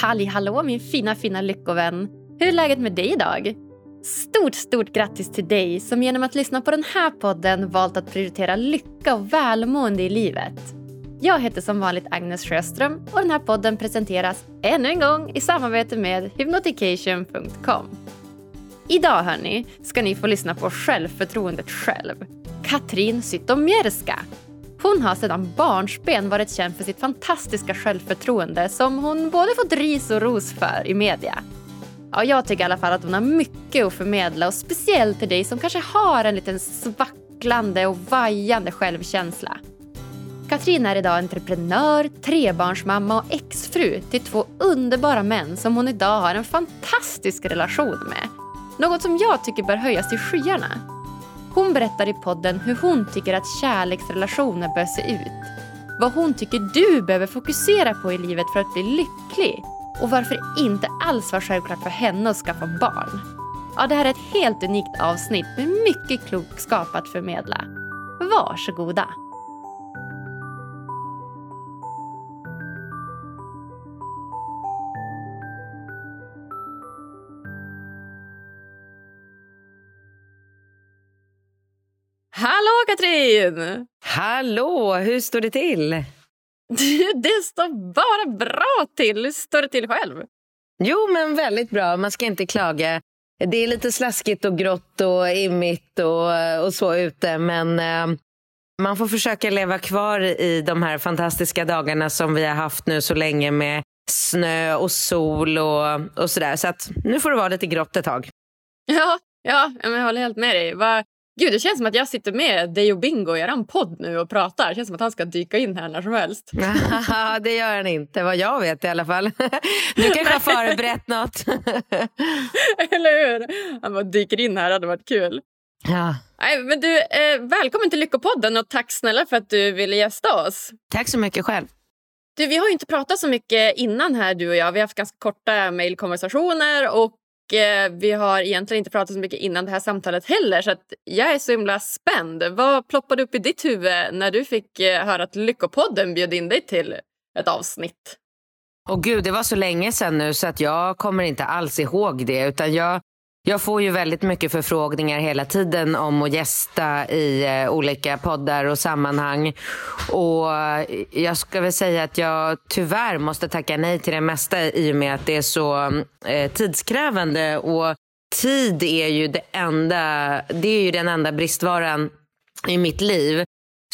Hallå min fina lyckovän. Hur är läget med dig idag? Stort grattis till dig som genom att lyssna på den här podden valt att prioritera lycka och välmående i livet. Jag heter som vanligt Agnes Sjöström och den här podden presenteras ännu en gång i samarbete med hypnotication.com. Idag hörni ska ni få lyssna på självförtroendet själv. Katrin Zytomierska. Hon har sedan barnsben varit känd för sitt fantastiska självförtroende som hon både fått ris och ros för i media. Ja, jag tycker i alla fall att hon har mycket att förmedla och speciellt till dig som kanske har en liten svacklande och vajande självkänsla. Katrin är idag entreprenör, trebarnsmamma och exfru till 2 underbara män som hon idag har en fantastisk relation med. Något som jag tycker bör höjas till skyarna. Hon berättar i podden hur hon tycker att kärleksrelationer bör se ut. Vad hon tycker du behöver fokusera på i livet för att bli lycklig. Och varför det inte alls var självklart för henne att skaffa barn. Ja, det här är ett helt unikt avsnitt med mycket klokskap att förmedla. Varsågoda! Hallå Katrin! Hallå, hur står det till? Det står bara bra till. Hur står det till själv? Jo, men väldigt bra. Man ska inte klaga. Det är lite slaskigt och grått och immigt och så ute. Men man får försöka leva kvar i de här fantastiska dagarna som vi har haft nu så länge med snö och sol och sådär. Så att nu får det vara lite grått ett tag. Ja, men jag håller helt med dig. Gud, det känns som att jag sitter med dig och Bingo i eran podd nu och pratar. Det känns som att han ska dyka in här när som helst. Det gör han inte, vad jag vet i alla fall. Du kanske har förberett något. Eller hur? Han bara dyker in här, det hade varit kul. Ja. Nej, men du, välkommen till Lyckopodden och tack snälla för att du ville gästa oss. Tack så mycket själv. Du, vi har ju inte pratat så mycket innan här, du och jag. Vi har haft ganska korta mejlkonversationer och vi har egentligen inte pratat så mycket innan det här samtalet heller, så att jag är så himla spänd. Vad ploppade upp i ditt huvud när du fick höra att Lyckopodden bjöd in dig till ett avsnitt? Gud, det var så länge sedan nu så att jag kommer inte alls ihåg det, utan jag får ju väldigt mycket förfrågningar hela tiden om att gästa i olika poddar och sammanhang. Och jag ska väl säga att jag tyvärr måste tacka nej till det mesta i och med att det är så tidskrävande. Och tid är ju den enda bristvaran i mitt liv.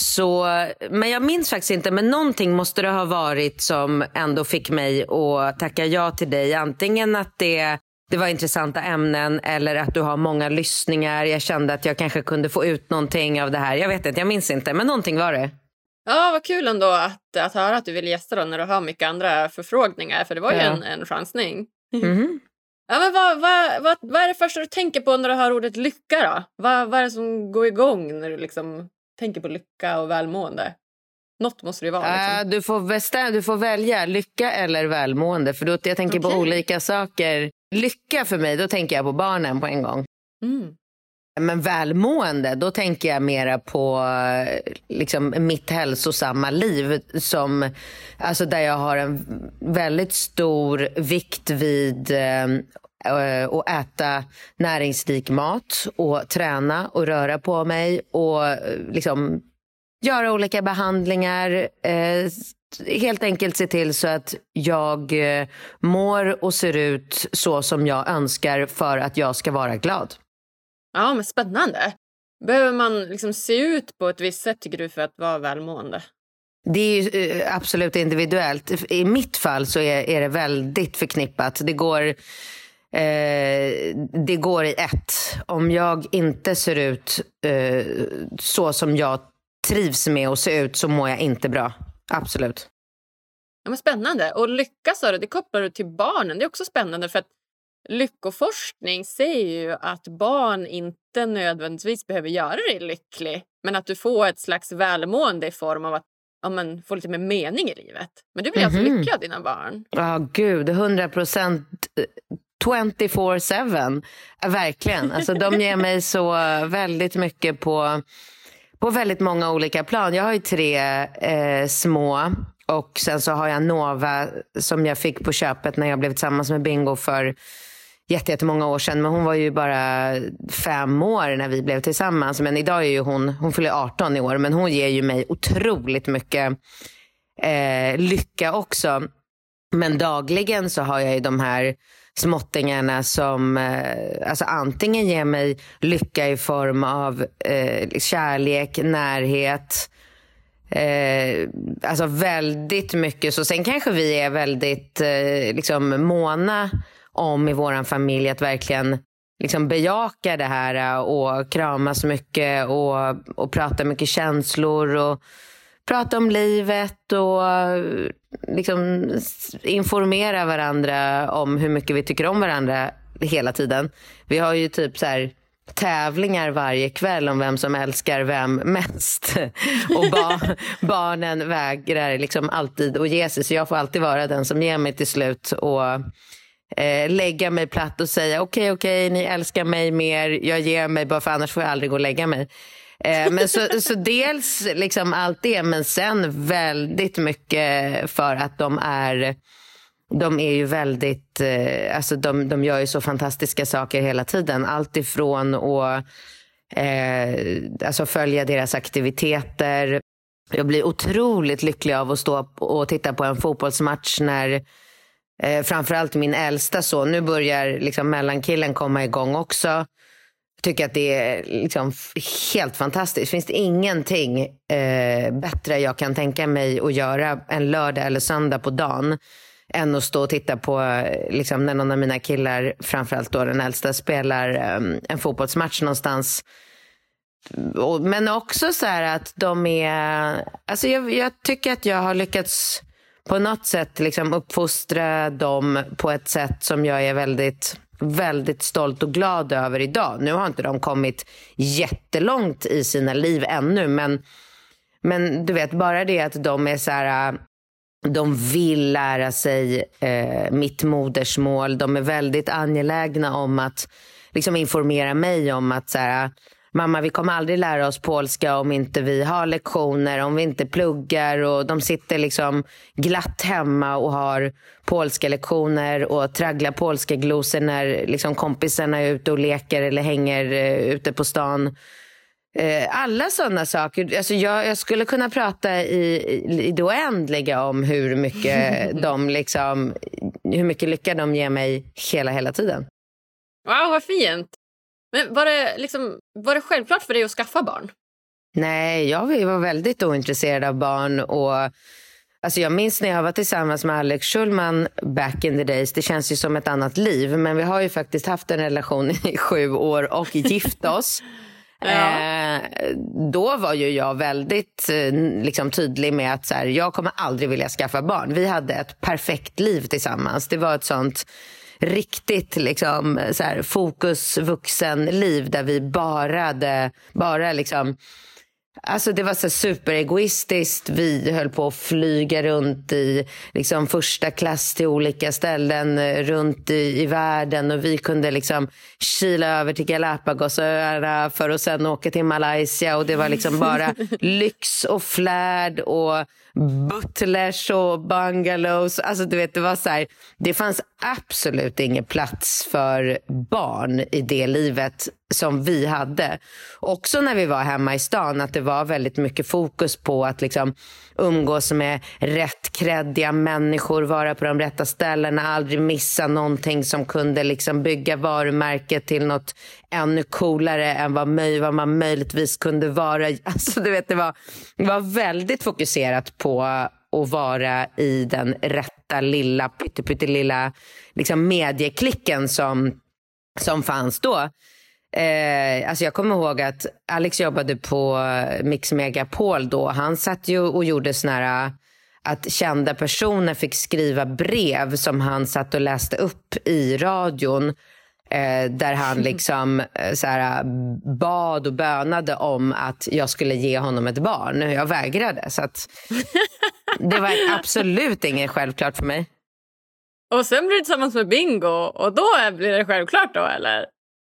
Men jag minns faktiskt inte, men någonting måste det ha varit som ändå fick mig att tacka ja till dig. Antingen att det var intressanta ämnen eller att du har många lyssningar. Jag kände att jag kanske kunde få ut någonting av det här. Jag vet inte, jag minns inte, men någonting var det. Ja, vad kul ändå att höra att du vill gästa då när du har mycket andra förfrågningar. För det var ju en chansning. Mm-hmm. Ja, men vad är det första du tänker på när du hör ordet lycka då? Vad är det som går igång när du liksom tänker på lycka och välmående? Något måste det vara. Liksom. Du får välja lycka eller välmående. För då jag tänker på olika saker. Lycka för mig, då tänker jag på barnen på en gång. Mm. Men välmående, då tänker jag mera på liksom, mitt hälsosamma liv. Alltså där jag har en väldigt stor vikt vid att äta näringsrik mat. Och träna och röra på mig. Och liksom göra olika behandlingar. Helt enkelt se till så att jag mår och ser ut så som jag önskar för att jag ska vara glad. Ja, men spännande. Behöver man liksom se ut på ett visst sätt tycker du för att vara välmående? Det är ju absolut individuellt. I mitt fall så är det väldigt förknippat. Det går i ett. Om jag inte ser ut så som jag trivs med att se ut så mår jag inte bra. Absolut. Ja, men spännande. Och lycka, sa du, det kopplar du till barnen. Det är också spännande för att lyckoforskning säger ju att barn inte nödvändigtvis behöver göra dig lycklig. Men att du får ett slags välmående i form av att få lite mer mening i livet. Men du blir alltså lycklig av dina barn. Ja, gud. 100%. 24/7. Verkligen. Alltså, de ger mig så väldigt mycket på väldigt många olika plan. Jag har ju 3 små Och sen så har jag Nova som jag fick på köpet när jag blev tillsammans med Bingo för jättemånga år sedan. Men hon var ju bara 5 år när vi blev tillsammans. Men idag är ju hon fyller 18 i år. Men hon ger ju mig otroligt mycket lycka också. Men dagligen så har jag ju de här småttingarna som alltså antingen ger mig lycka i form av kärlek, närhet, alltså väldigt mycket. Så sen kanske vi är väldigt liksom måna om i våran familj att verkligen liksom bejaka det här och kramas mycket och prata mycket känslor och prata om livet och liksom informera varandra om hur mycket vi tycker om varandra hela tiden. Vi har ju typ så här tävlingar varje kväll om vem som älskar vem mest. Och barnen vägrar liksom alltid att ge sig. Så jag får alltid vara den som ger mig till slut och lägga mig platt och säga okej, ni älskar mig mer. Jag ger mig bara för annars får jag aldrig gå och lägga mig. Men så dels liksom allt det, men sen väldigt mycket för att de är ju väldigt, alltså de gör ju så fantastiska saker hela tiden. Allt ifrån att alltså följa deras aktiviteter. Jag blir otroligt lycklig av att stå och titta på en fotbollsmatch när framförallt min äldsta son, nu börjar liksom mellankillen komma igång också. Tycker att det är liksom helt fantastiskt. Finns det ingenting bättre jag kan tänka mig att göra en lördag eller söndag på dagen än att stå och titta på liksom, när någon av mina killar, framförallt då den äldsta, spelar en fotbollsmatch någonstans. Men också så här att de är... Alltså jag tycker att jag har lyckats på något sätt liksom uppfostra dem på ett sätt som jag är väldigt... väldigt stolt och glad över idag. Nu har inte de kommit jättelångt i sina liv ännu, men du vet, bara det att de är så här, de vill lära sig mitt modersmål. De är väldigt angelägna om att liksom informera mig om att så här, mamma, vi kommer aldrig lära oss polska om inte vi har lektioner, om vi inte pluggar. Och de sitter liksom glatt hemma och har polska lektioner och tragglar polska glosor när liksom kompisarna är ute och leker eller hänger ute på stan. Alla sådana saker. Alltså jag skulle kunna prata i det oändliga om hur mycket hur mycket lycka de ger mig hela tiden. Wow, vad fint. Men var det självklart för dig att skaffa barn? Nej, jag var väldigt ointresserad av barn. Och alltså jag minns när jag var tillsammans med Alex Schulman back in the days. Det känns ju som ett annat liv. Men vi har ju faktiskt haft en relation i 7 år och gift oss. Ja. Då var ju jag väldigt liksom tydlig med att så här, jag kommer aldrig vilja skaffa barn. Vi hade ett perfekt liv tillsammans. Det var ett sånt riktigt liksom så här fokus vuxenliv där vi bara liksom, alltså det var så superegoistiskt. Vi höll på att flyga runt i liksom första klass till olika ställen runt i världen, och vi kunde liksom kila över till Galapagosöarna för att sen åka till Malaysia, och det var liksom bara lyx och flärd och butlers och bungalows. Alltså du vet, det var så här, det fanns absolut ingen plats för barn i det livet som vi hade. Också när vi var hemma i stan, att det var väldigt mycket fokus på att liksom umgås med rätt kreddiga människor, vara på de rätta ställena, aldrig missa någonting som kunde liksom bygga varumärket till något ännu coolare än vad man möjligtvis kunde vara. Alltså du vet, det var väldigt fokuserat på att vara i den rätta lilla pyttelilla liksom medieklicken som fanns då. Alltså jag kommer ihåg att Alex jobbade på Mix Megapol då. Han satt ju och gjorde såna här att kända personer fick skriva brev som han satt och läste upp i radion, där han liksom så här, bad och bönade om att jag skulle ge honom ett barn. Jag vägrade, så att det var absolut inget självklart för mig. Och sen blir du tillsammans med Bingo, och då blir det självklart då, eller?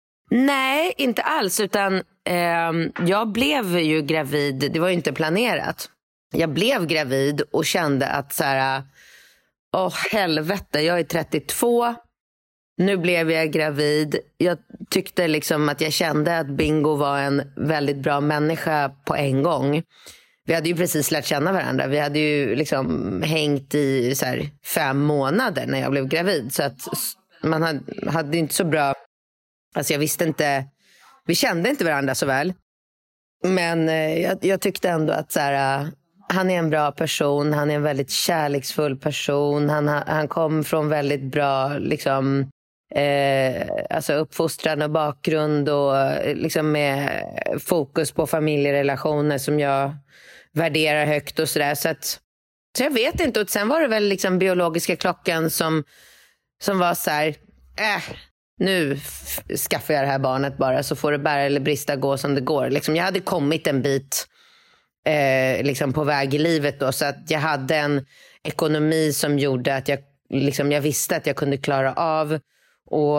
Nej, inte alls, utan jag blev ju gravid. Det var ju inte planerat. jag blev gravid och kände att så här, helvete, jag är 32. Nu blev jag gravid. Jag tyckte liksom att jag kände att Bingo var en väldigt bra människa på en gång. Vi hade ju precis lärt känna varandra. Vi hade ju liksom hängt i så här 5 månader när jag blev gravid. Så att man hade inte så bra... Alltså jag visste inte... Vi kände inte varandra så väl. Men jag tyckte ändå att så här, han är en bra person. Han är en väldigt kärleksfull person. Han kom från väldigt bra liksom, alltså uppfostran och bakgrund. Och liksom med fokus på familjerelationer som jag värderar högt och sådär. Så jag vet inte. Och sen var det väl liksom biologiska klockan som var så här... nu skaffar jag det här barnet bara, så får det bära eller brista, gå som det går. Liksom, jag hade kommit en bit liksom på väg i livet då, så att jag hade en ekonomi som gjorde att jag visste att jag kunde klara av och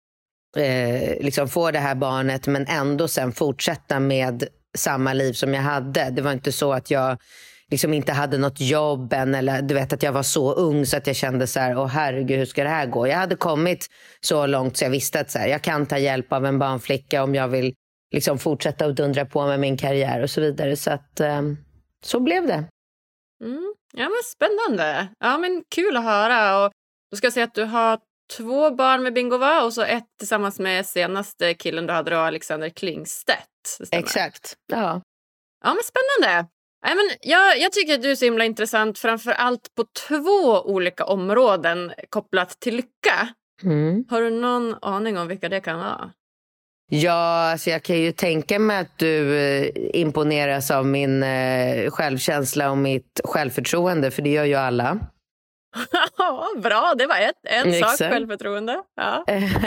liksom få det här barnet, men ändå sen fortsätta med samma liv som jag hade. Det var inte så att jag liksom inte hade något jobb än, eller du vet att jag var så ung så att jag kände så här, herregud, hur ska det här gå? Jag hade kommit så långt så jag visste att så här, jag kan ta hjälp av en barnflicka om jag vill liksom fortsätta och dundra på med min karriär och så vidare. Så att så blev det. Ja, men spännande. Ja, men kul att höra. Och då ska jag säga att du har 2 barn med Bingo, va? Och så 1 tillsammans med senaste killen du hade då, Alexander Klingstedt. Exakt, ja. Ja, men spännande. Nej, men jag tycker att du är så himla intressant, framför allt på 2 olika områden kopplat till lycka. Har du någon aning om vilka det kan vara? Ja, alltså jag kan ju tänka mig att du imponeras av min självkänsla och mitt självförtroende, för det gör ju alla. Bra, det var en sak, självförtroende. Ja.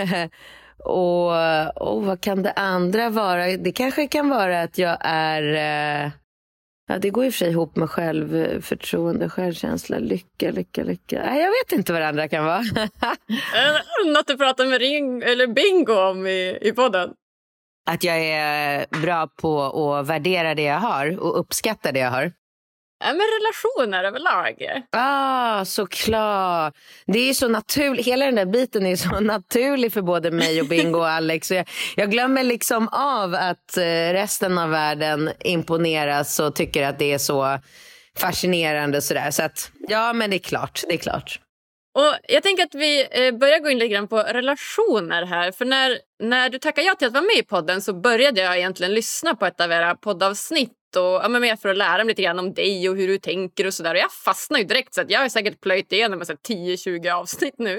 och vad kan det andra vara? Det kanske kan vara att jag är... Ja, det går ju för sig ihop med självförtroende, självkänsla, lycka. Nej, jag vet inte vad det andra kan vara. Något du pratar med Bingo om i podden? Att jag är bra på att värdera det jag har och uppskatta det jag har. Ja, men relationer överlag. Såklart. Det är ju så naturligt. Hela den där biten är så naturlig för både mig och Bingo och Alex. Och jag glömmer liksom av att resten av världen imponeras och tycker att det är så fascinerande och sådär. Så att, ja, men det är klart. Och jag tänker att vi börjar gå in lite grann på relationer här. För när du tackade ja till att vara med i podden så började jag egentligen lyssna på ett av era poddavsnitt. Och med för att lära mig lite grann om dig och hur du tänker och sådär. Och jag fastnar ju direkt, så att jag har säkert plöjt igenom 10-20 avsnitt nu.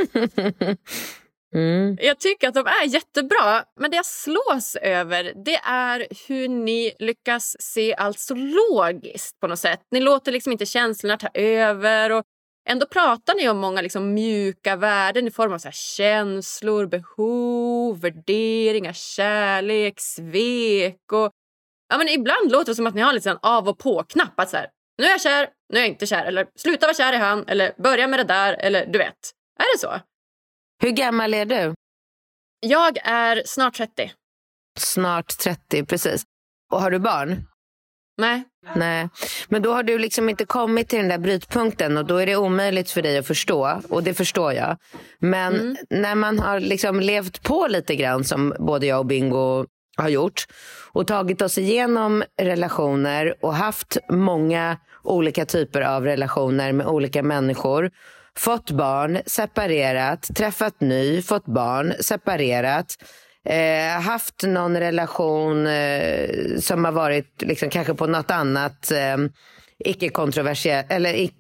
Jag tycker att de är jättebra. Men det jag slås över, det är hur ni lyckas se allt så logiskt på något sätt. Ni låter liksom inte känslorna ta över. Och ändå pratar ni om många liksom mjuka värden i form av så här känslor, behov, värderingar, kärlek, svek och... Ja, men ibland låter det som att ni har lite en av- och på-knapp. Att så här, nu är jag kär, nu är jag inte kär. Eller sluta vara kär i han. Eller börja med det där. Eller du vet. Är det så? Hur gammal är du? Jag är snart 30. Snart 30, precis. Och har du barn? Nej. Men då har du liksom inte kommit till den där brytpunkten. Och då är det omöjligt för dig att förstå. Och det förstår jag. Men när man har liksom levt på lite grann, som både jag och Bingo har gjort, och tagit oss igenom relationer och haft många olika typer av relationer med olika människor, fått barn, separerat, träffat ny, fått barn, separerat, haft någon relation som har varit liksom kanske på något annat icke-kontroversiellt eller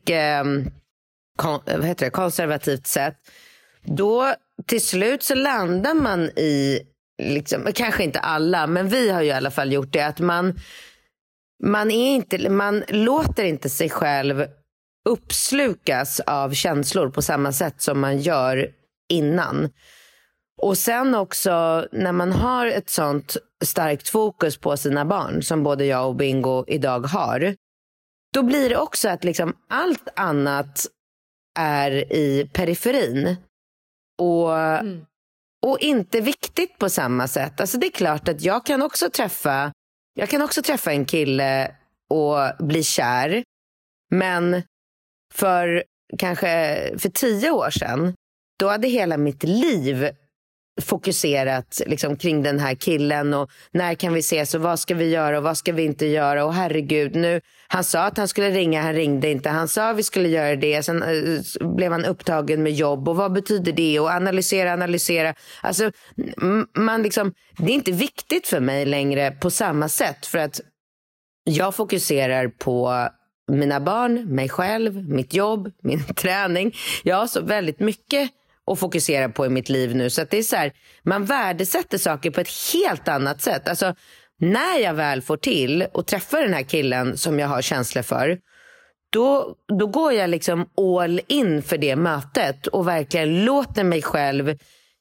konservativt sätt, då till slut så landar man i liksom, kanske inte alla, men vi har ju i alla fall gjort det, att man låter inte sig själv uppslukas av känslor på samma sätt som man gör innan. Och sen också när man har ett sånt starkt fokus på sina barn som både jag och Bingo idag har, då blir det också att liksom allt annat är i periferin och inte viktigt på samma sätt. Alltså det är klart att jag kan också träffa en kille och bli kär. Men för 10 år sedan, då hade hela mitt liv fokuserat liksom kring den här killen och när kan vi ses och vad ska vi göra och vad ska vi inte göra och herregud nu, han sa att han skulle ringa, han ringde inte, han sa att vi skulle göra det, sen blev han upptagen med jobb och vad betyder det och analysera, alltså man liksom, det är inte viktigt för mig längre på samma sätt för att jag fokuserar på mina barn, mig själv, mitt jobb, min träning. Jag har så väldigt mycket att fokusera på i mitt liv nu. Så att det är så här, man värdesätter saker på ett helt annat sätt. Alltså, när jag väl får till och träffar den här killen som jag har känslor för, då går jag liksom all in för det mötet och verkligen låter mig själv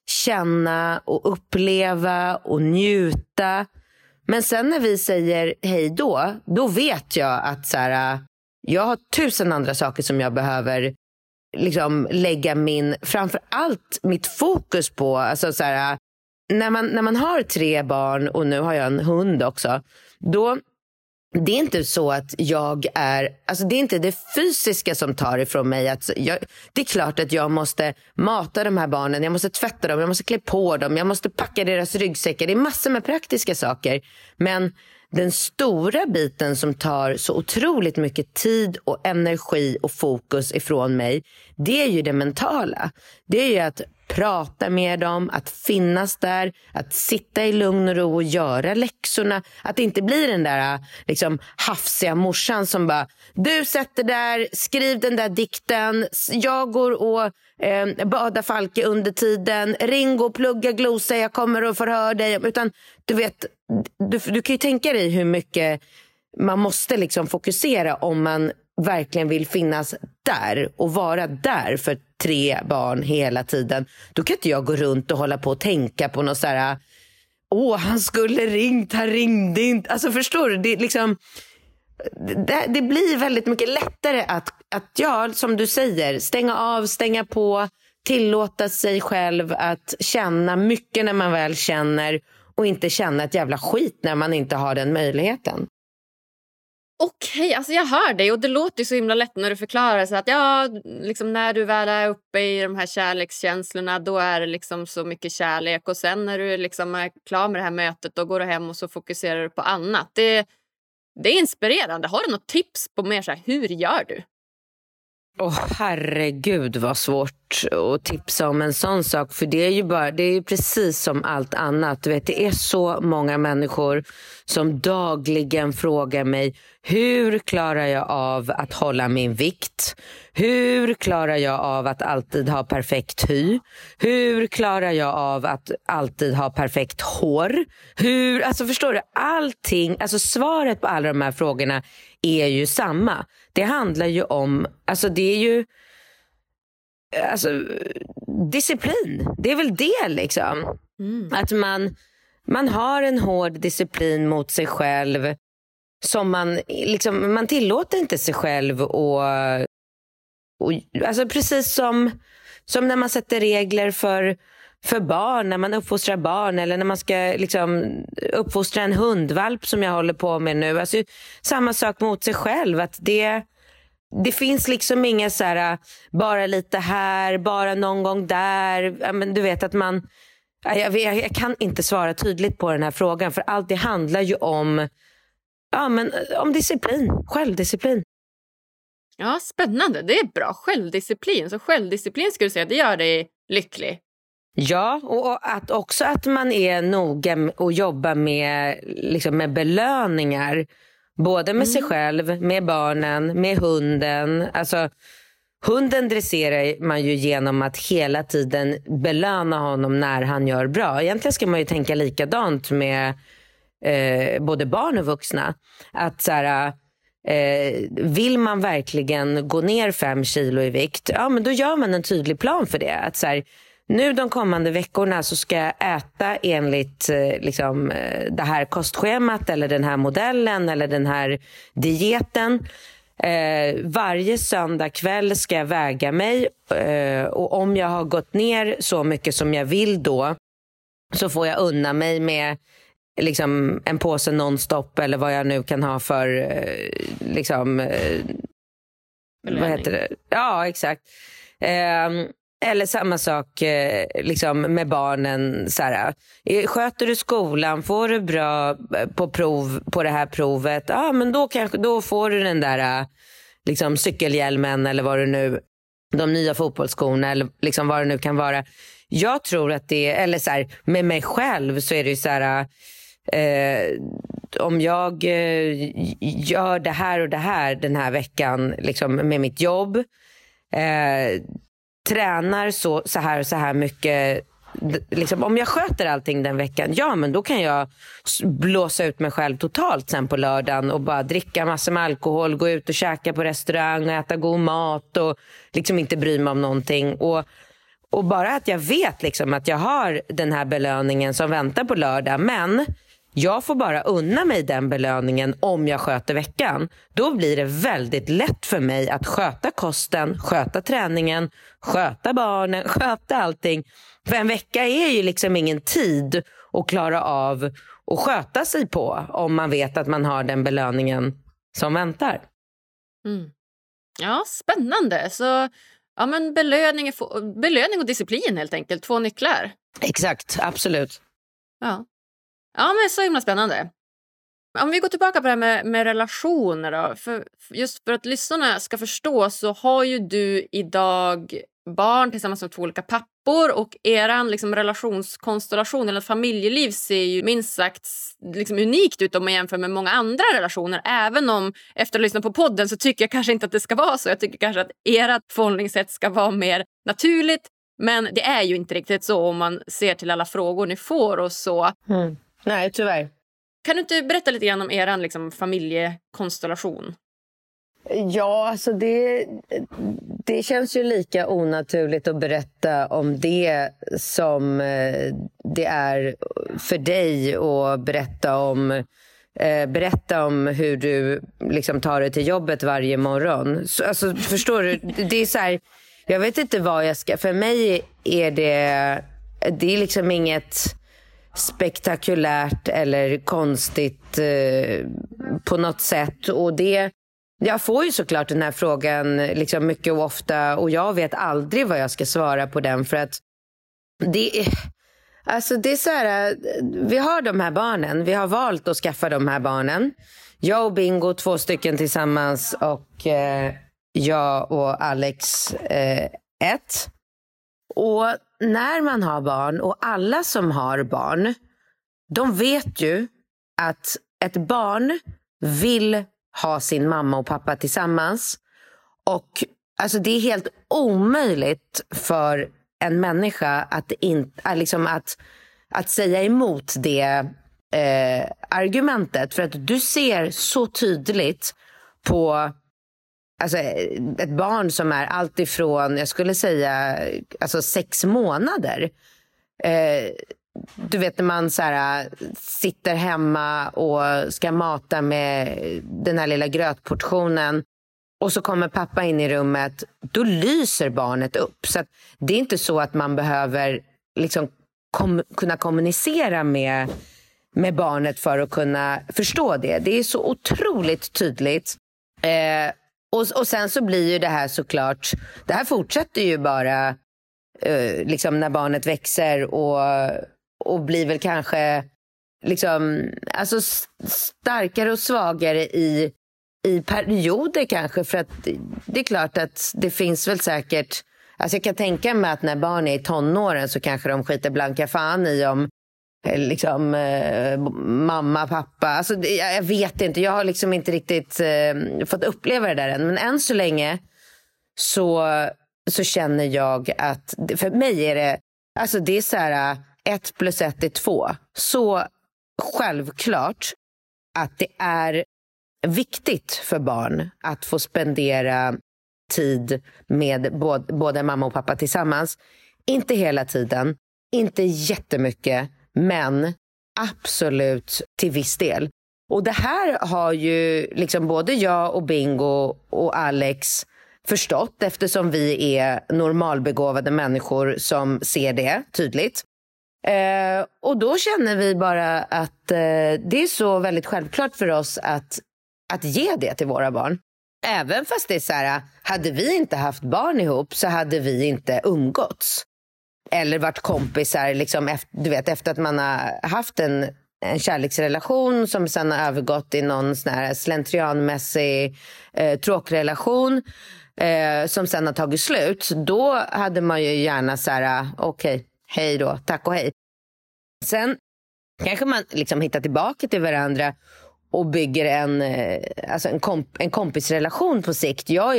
känna och uppleva och njuta. Men sen när vi säger hej då vet jag att så här, jag har 1000 andra saker som jag behöver liksom lägga framför allt mitt fokus på. Alltså så här, när man har 3 barn och nu har jag en hund också, då det är inte så att jag är, alltså det är inte det fysiska som tar ifrån mig. Det är klart att jag måste mata de här barnen, jag måste tvätta dem, jag måste klä på dem, jag måste packa deras ryggsäckar. Det är massor med praktiska saker. Men den stora biten som tar så otroligt mycket tid och energi och fokus ifrån mig, det är ju det mentala. Det är ju att prata med dem, att finnas där, att sitta i lugn och ro och göra läxorna. Att det inte blir den där liksom hafsiga morsan som bara, du sätter där, skriv den där dikten, jag går och badar Falke under tiden, ring och plugga glosa, jag kommer och förhör dig. Utan du vet, du kan ju tänka dig hur mycket man måste liksom fokusera om man verkligen vill finnas där och vara där för 3 barn hela tiden. Då kan inte jag gå runt och hålla på och tänka på något så här, han skulle ringt, han ringde inte. Alltså förstår du, det liksom det blir väldigt mycket lättare att ja, som du säger, stänga av, stänga på, tillåta sig själv att känna mycket när man väl känner och inte känna ett jävla skit när man inte har den möjligheten. Okej, alltså jag hör dig och det låter ju så himla lätt när du förklarar så att ja, liksom när du väl är uppe i de här kärlekskänslorna, då är det liksom så mycket kärlek och sen när du liksom är klar med det här mötet, då går du hem och så fokuserar du på annat. Det är inspirerande. Har du något tips på mer så här, hur gör du? Herregud vad svårt att tipsa om en sån sak. För det är ju precis som allt annat. Du vet, det är så många människor som dagligen frågar mig, hur klarar jag av att hålla min vikt? Hur klarar jag av att alltid ha perfekt hy? Hur klarar jag av att alltid ha perfekt hår? Alltså förstår du, allting, alltså svaret på alla de här frågorna är ju samma. Det handlar ju om, alltså det är ju disciplin. Det är väl det liksom. Att man har en hård disciplin mot sig själv som man tillåter inte sig själv och alltså precis som när man sätter regler för barn, när man uppfostrar barn eller när man ska liksom uppfostra en hundvalp som jag håller på med nu. Alltså samma sak mot sig själv, att det finns liksom inga så här bara lite här, bara någon gång där. Men du vet att jag kan inte svara tydligt på den här frågan, för allt det handlar ju om disciplin, självdisciplin. Ja, spännande. Det är bra. Självdisciplin. Så självdisciplin skulle du säga, det gör dig lycklig. Ja, och att man är noga och jobbar med, liksom, med belöningar. Både med sig själv, med barnen, med hunden. Alltså, hunden dresserar man ju genom att hela tiden belöna honom när han gör bra. Egentligen ska man ju tänka likadant med både barn och vuxna. Att så här, vill man verkligen gå ner 5 kilo i vikt, ja men då gör man en tydlig plan för det. Att så här, nu de kommande veckorna så ska jag äta enligt det här kostschemat eller den här modellen eller den här dieten. Varje söndag kväll ska jag väga mig och om jag har gått ner så mycket som jag vill då, så får jag unna mig med liksom en påse nonstop eller vad jag nu kan ha för liksom vad heter det? Ja, exakt. Eller samma sak liksom med barnen så här, sköter du skolan, får du bra på det här provet, ja men då får du den där liksom cykelhjälmen eller vad det nu, de nya fotbollsskorna eller liksom vad det nu kan vara. Jag tror att det, eller så här, med mig själv så är det ju så här, om jag gör det här och det här den här veckan liksom med mitt jobb, tränar så här och så här mycket, liksom, om jag sköter allting den veckan, ja men då kan jag blåsa ut mig själv totalt sen på lördagen och bara dricka massor med alkohol, gå ut och käka på restaurang och äta god mat och liksom inte bry mig om någonting. Och bara att jag vet liksom att jag har den här belöningen som väntar på lördag, men jag får bara unna mig den belöningen om jag sköter veckan. Då blir det väldigt lätt för mig att sköta kosten, sköta träningen, sköta barnen, sköta allting. För en vecka är ju liksom ingen tid att klara av och sköta sig på om man vet att man har den belöningen som väntar. Mm. Ja, spännande. Så ja, men belöning och disciplin helt enkelt, 2 nycklar. Exakt, absolut. Ja. Ja, men så himla spännande. Om vi går tillbaka på det här med relationer då. Just för att lyssnarna ska förstå så har ju du idag barn tillsammans med 2 olika pappor och eran liksom relationskonstellation eller familjeliv ser ju minst sagt liksom unikt ut om man jämför med många andra relationer. Även om efter att lyssna på podden så tycker jag kanske inte att det ska vara så. Jag tycker kanske att ert förhållningssätt ska vara mer naturligt. Men det är ju inte riktigt så om man ser till alla frågor ni får och så. Mm. Nej, tyvärr. Kan du inte berätta lite grann om er liksom, familjekonstellation? Ja, alltså det känns ju lika onaturligt att berätta om det som det är för dig och berätta om hur du liksom tar dig till jobbet varje morgon. Så, alltså, förstår du? Det är så här, jag vet inte vad jag ska... För mig är det är liksom inget spektakulärt eller konstigt på något sätt. Och jag får ju såklart den här frågan liksom mycket och ofta och jag vet aldrig vad jag ska svara på den för att det är så här, vi har de här barnen, vi har valt att skaffa de här barnen. Jag och Bingo 2 stycken tillsammans och jag och Alex 1. Och när man har barn och alla som har barn, de vet ju att ett barn vill ha sin mamma och pappa tillsammans. Och alltså det är helt omöjligt för en människa att säga emot det argumentet. För att du ser så tydligt på alltså, ett barn som är allt ifrån, jag skulle säga, alltså 6 månader. Du vet när man så här, sitter hemma och ska mata med den här lilla grötportionen och så kommer pappa in i rummet, då lyser barnet upp. Så att det är inte så att man behöver liksom kunna kommunicera med barnet för att kunna förstå det. Det är så otroligt tydligt. Och sen så blir ju det här såklart, det här fortsätter ju bara liksom när barnet växer och blir väl kanske liksom, alltså starkare och svagare i perioder kanske, för att det är klart att det finns väl säkert, alltså jag kan tänka mig att när barn är i tonåren så kanske de skiter blanka fan i om liksom mamma, pappa, alltså jag vet inte, jag har liksom inte riktigt fått uppleva det där än, men än så länge så känner jag att för mig är det, alltså det är så här 1 + 1 är 2, så självklart att det är viktigt för barn att få spendera tid med både mamma och pappa tillsammans. Inte hela tiden, inte jättemycket, men absolut till viss del. Och det här har ju liksom både jag och Bingo och Alex förstått, eftersom vi är normalbegåvade människor som ser det tydligt. Och då känner vi bara att det är så väldigt självklart för oss att ge det till våra barn. Även fast det är så här, hade vi inte haft barn ihop så hade vi inte umgåtts. Eller varit kompisar liksom efter att man har haft en kärleksrelation som sen har övergått i någon sån här slentrianmässig tråkrelation som sen har tagit slut. Då hade man ju gärna så här, okej, hej då, tack och hej. Sen kanske man liksom hittar tillbaka till varandra och bygger en kompisrelation på sikt. Jag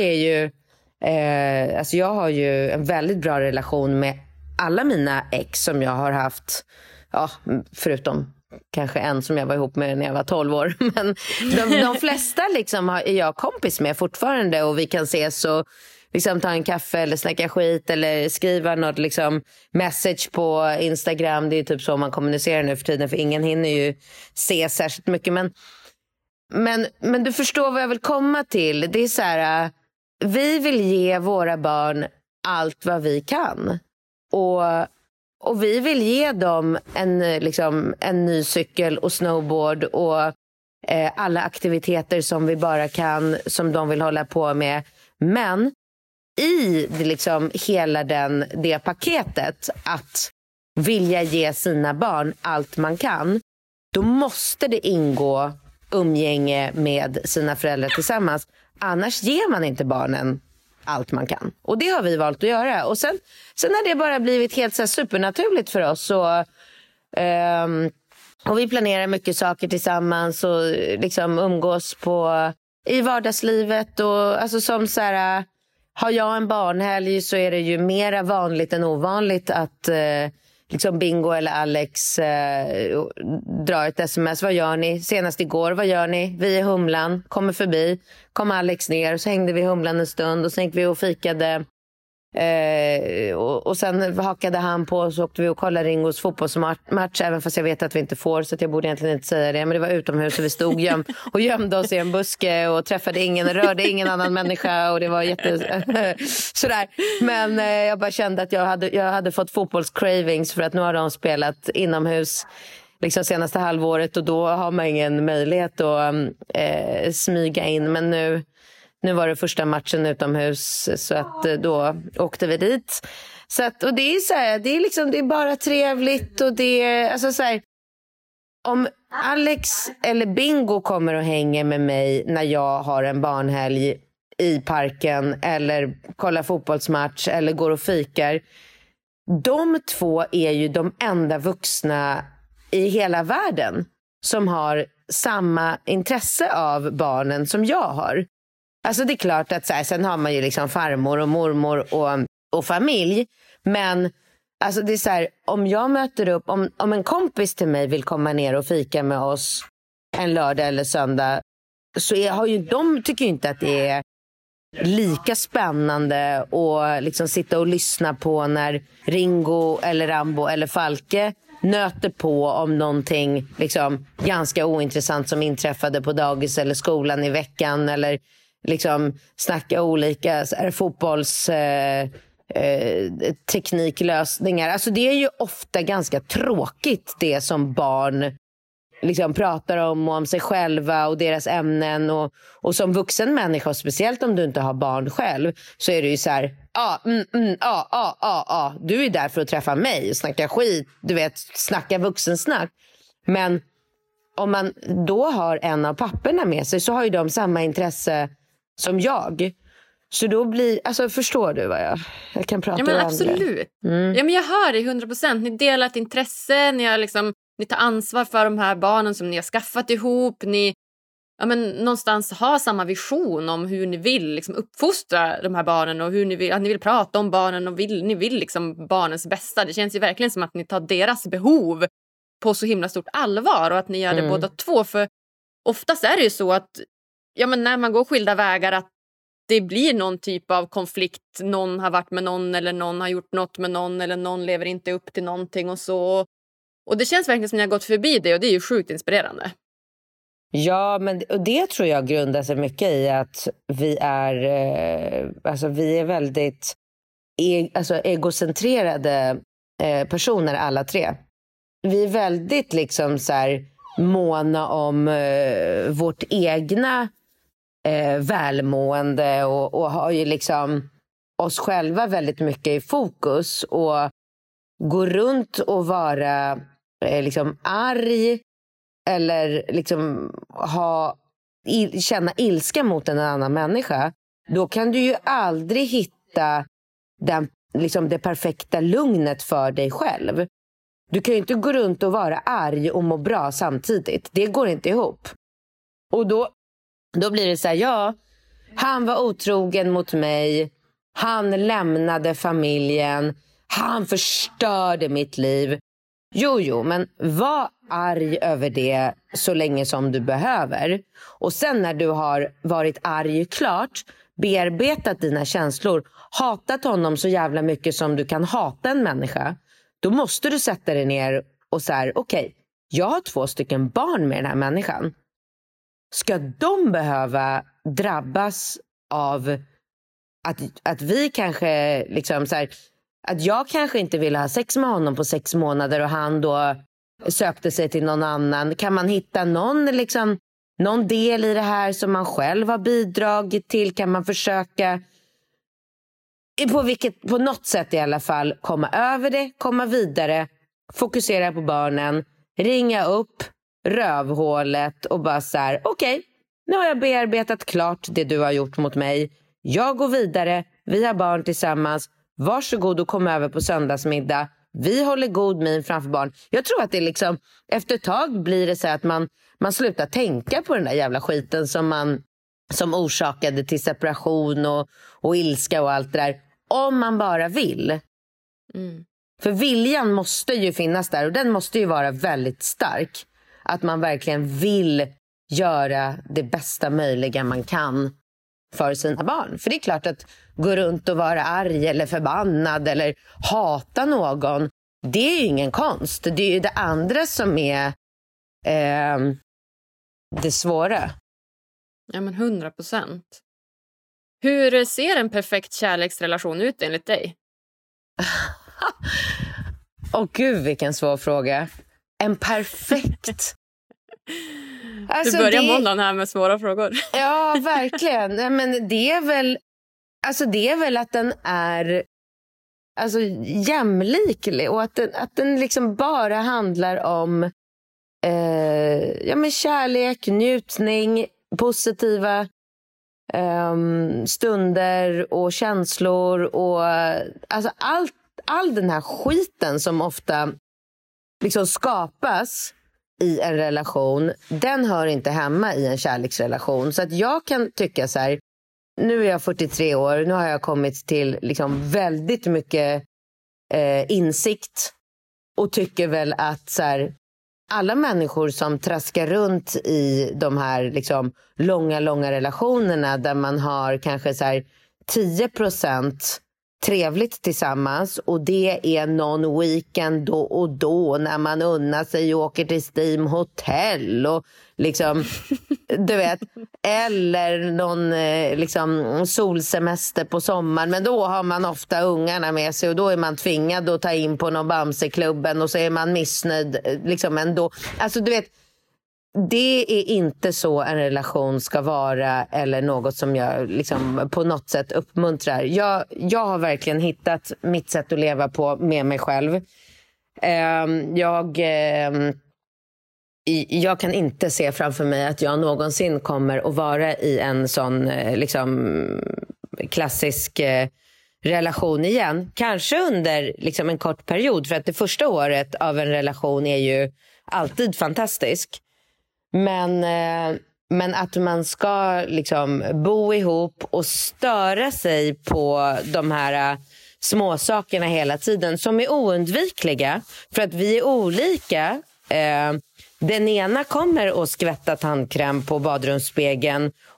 har ju en väldigt bra relation med alla mina ex som jag har haft, förutom kanske en som jag var ihop med när jag var 12 år. Men de flesta liksom är jag kompis med fortfarande, och vi kan ses och liksom ta en kaffe eller snacka skit eller skriva något liksom message på Instagram. Det är typ så man kommunicerar nu för tiden, för ingen hinner ju se särskilt mycket. Men du förstår vad jag vill komma till. Det är så här, vi vill ge våra barn allt vad vi kan. Och vi vill ge dem en ny cykel och snowboard och alla aktiviteter som vi bara kan, som de vill hålla på med. Men i hela det paketet att vilja ge sina barn allt man kan, då måste det ingå umgänge med sina föräldrar tillsammans. Annars ger man inte barnen allt man kan. Och det har vi valt att göra. Och sen har det bara blivit helt så här supernaturligt för oss. Och vi planerar mycket saker tillsammans och liksom umgås i vardagslivet. Och alltså som så här, har jag en barnhelg så är det ju mera vanligt än ovanligt att Bingo eller Alex drar ett sms. Vad gör ni? Senast igår, vad gör ni? Vi är Humlan, kommer förbi. Kom Alex ner, så hängde vi Humlan en stund och sen gick vi och fikade. Och sen hakade han på, så åkte vi och kollade Ringos fotbollsmatch, även fast jag vet att vi inte får, så att jag borde egentligen inte säga det, men det var utomhus och vi stod gömde oss i en buske och träffade rörde ingen annan människa, och det var sådär. Men jag bara kände att jag hade fått fotbollscravings, för att nu har de spelat inomhus senaste halvåret, och då har man ingen möjlighet att smyga in, men nu var det första matchen utomhus, så att då åkte vi dit. Så att, och det är så här, det är bara trevligt, och det är alltså så här, om Alex eller Bingo kommer och hänger med mig när jag har en barnhelg i parken eller kollar fotbollsmatch eller går och fikar, de två är ju de enda vuxna i hela världen som har samma intresse av barnen som jag har. Alltså det är klart att sen har man ju farmor och mormor och familj. Men alltså det är så här, om jag möter upp, om en kompis till mig vill komma ner och fika med oss en lördag eller söndag, så tycker ju inte att det är lika spännande att sitta och lyssna på när Ringo eller Rambo eller Falke nöter på om någonting ganska ointressant som inträffade på dagis eller skolan i veckan, eller snacka olika tekniklösningar. Alltså det är ju ofta ganska tråkigt, det som barn pratar om sig själva och deras ämnen, och som vuxen människa, speciellt om du inte har barn själv, så är det ju så här, du är där för att träffa mig och snacka skit, du vet, snacka vuxensnack. Men om man då har en av papporna med sig, så har ju de samma intresse som jag. Så då blir, alltså förstår du vad jag kan prata om? Ja men absolut. Ja men jag hör det 100%. Ni delar ett intresse, ni tar ansvar för de här barnen som ni har skaffat ihop. Ni någonstans har samma vision om hur ni vill uppfostra de här barnen, och hur ni vill prata om barnen, och ni vill barnens bästa. Det känns ju verkligen som att ni tar deras behov på så himla stort allvar, och att ni gör det båda två. För oftast är det ju så att när man går skilda vägar, att det blir någon typ av konflikt. Någon har varit med någon, eller någon har gjort något med någon, eller någon lever inte upp till någonting och så. Och det känns verkligen som att ni har gått förbi det, och det är ju sjukt inspirerande. Ja, men och det tror jag grundar sig mycket i att vi är väldigt egocentrerade personer alla tre. vi är väldigt liksom så här måna om vårt egna välmående och har ju liksom oss själva väldigt mycket i fokus och gå runt och vara liksom arg eller liksom känna ilska mot en annan människa, då kan du ju aldrig hitta liksom det perfekta lugnet för dig själv. Du kan ju inte gå runt och vara arg och må bra samtidigt. Det går inte ihop. Och då blir det så här, ja, han var otrogen mot mig. Han lämnade familjen. Han förstörde mitt liv. Jo, men var arg över det så länge som du behöver. Och sen när du har varit arg klart, bearbetat dina känslor, hatat honom så jävla mycket som du kan hata en människa, då måste du sätta dig ner och säga, okej, jag har 2 stycken barn med den här människan. Ska de behöva drabbas av att vi kanske liksom så här, att jag kanske inte ville ha sex med honom på 6 månader och han då sökte sig till någon annan? Kan man hitta någon del i det här som man själv har bidragit till? Kan man försöka på något sätt i alla fall komma över det, komma vidare, fokusera på barnen, ringa upp rövhålet och bara så här, okej, nu har jag bearbetat klart det du har gjort mot mig. Jag går vidare, vi har barn tillsammans. Varsågod och kom över på söndagsmiddag. Vi håller god min framför barn. Jag tror att det liksom, efter ett tag blir det så att man slutar tänka på den där jävla skiten som orsakade till separation och ilska och allt det där. Om man bara vill. Mm. För viljan måste ju finnas där och den måste ju vara väldigt stark. Att man verkligen vill göra det bästa möjliga man kan för sina barn. För det är klart att gå runt och vara arg eller förbannad eller hata någon, det är ju ingen konst. Det är ju det andra som är det svåra. Ja, men 100%. Hur ser en perfekt kärleksrelation ut enligt dig? Åh gud, vilken svår fråga. En perfekt... Alltså, du börjar måndagen här med svåra frågor. Ja, verkligen. Men det är väl att den är jämlik och att den liksom bara handlar om kärlek, njutning, positiva stunder och känslor och alltså all den här skiten som ofta liksom skapas i en relation, den hör inte hemma i en kärleksrelation. Så att jag kan tycka så här, nu är jag 43 år, nu har jag kommit till liksom väldigt mycket insikt och tycker väl att så här, alla människor som traskar runt i de här liksom långa relationerna där man har kanske så här 10% trevligt tillsammans och det är någon weekend då och då när man unnar sig och åker till Steam Hotel och liksom du vet, eller någon liksom solsemester på sommaren, men då har man ofta ungarna med sig och då är man tvingad att ta in på någon Bamseklubben och så är man missnöjd liksom ändå. Alltså du vet, det är inte så en relation ska vara eller något som jag liksom på något sätt uppmuntrar. Jag har verkligen hittat mitt sätt att leva på med mig själv. Jag kan inte se framför mig att jag någonsin kommer att vara i en sån liksom klassisk relation igen. Kanske under liksom en kort period, för att det första året av en relation är ju alltid fantastisk. Men att man ska liksom bo ihop och störa sig på de här små sakerna hela tiden som är oundvikliga för att vi är olika. Den ena kommer att skvätta tandkräm på badrumsspegeln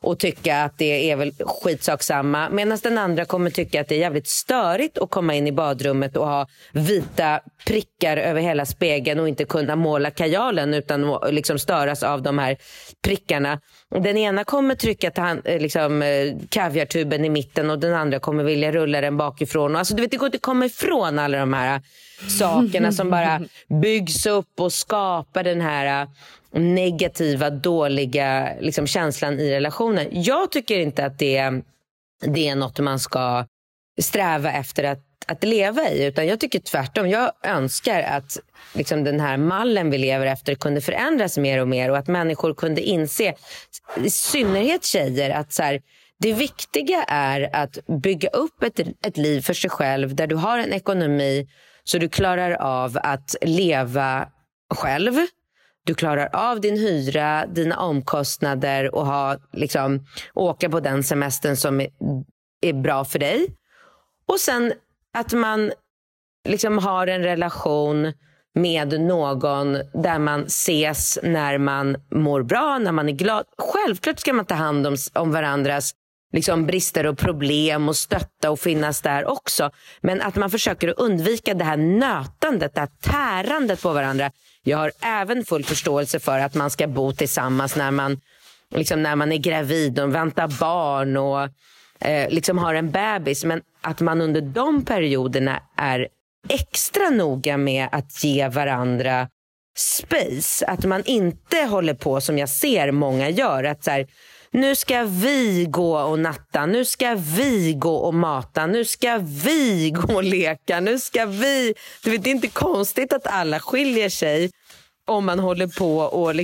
och tycka att det är väl skitsaksamma. Medan den andra kommer tycka att det är jävligt störigt att komma in i badrummet och ha vita prickar över hela spegeln och inte kunna måla kajalen utan liksom störas av de här prickarna. Den ena kommer trycka kaviartuben i mitten och den andra kommer vilja rulla den bakifrån. Alltså du vet, det går inte att komma ifrån alla de här sakerna som bara byggs upp och skapar den här negativa, dåliga liksom, känslan i relationen. Jag tycker inte att det är något man ska sträva efter att leva i, utan jag tycker tvärtom. Jag önskar att liksom, den här mallen vi lever efter kunde förändras mer och mer och att människor kunde inse, i synnerhet tjejer, att så här, det viktiga är att bygga upp ett liv för sig själv där du har en ekonomi så du klarar av att leva själv. Du klarar av din hyra, dina omkostnader och åka på den semestern som är bra för dig. Och sen att man liksom har en relation med någon där man ses när man mår bra, när man är glad. Självklart ska man ta hand om varandras liksom brister och problem och stötta och finnas där också. Men att man försöker att undvika det här nötandet, det här tärandet på varandra. Jag har även full förståelse för att man ska bo tillsammans när man är gravid och väntar barn och har en bebis. Men att man under de perioderna är extra noga med att ge varandra space. Att man inte håller på som jag ser många gör. Att så här, nu ska vi gå och natta, nu ska vi gå och mata, nu ska vi gå och leka, nu ska vi... Du vet, det är inte konstigt att alla skiljer sig om man håller på och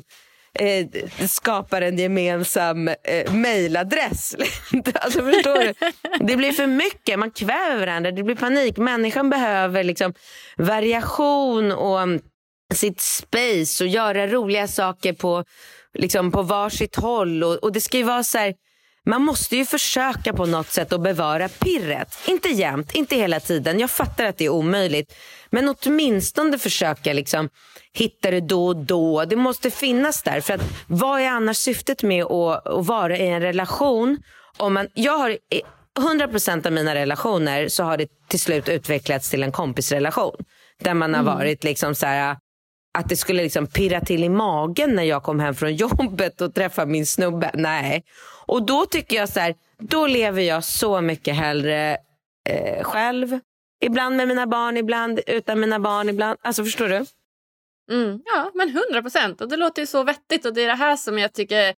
skapar en gemensam mejladress. Alltså förstår du? Det blir för mycket, man kväver varandra, det blir panik. Människan behöver variation och sitt space och göra roliga saker på varsitt håll. Och det ska ju vara så här, man måste ju försöka på något sätt att bevara pirret. Inte jämt, inte hela tiden. Jag fattar att det är omöjligt. Men åtminstone försöka hitta det då och då. Det måste finnas där. För att vad är annars syftet med att vara i en relation? Jag har 100% av mina relationer så har det till slut utvecklats till en kompisrelation. Där man har varit så här, att det skulle pirra till i magen när jag kom hem från jobbet och träffade min snubbe. Nej. Och då tycker jag så här, då lever jag så mycket hellre själv. Ibland med mina barn, ibland utan mina barn, ibland. Alltså förstår du? Ja, men 100%. Och det låter ju så vettigt. Och det är det här som jag tycker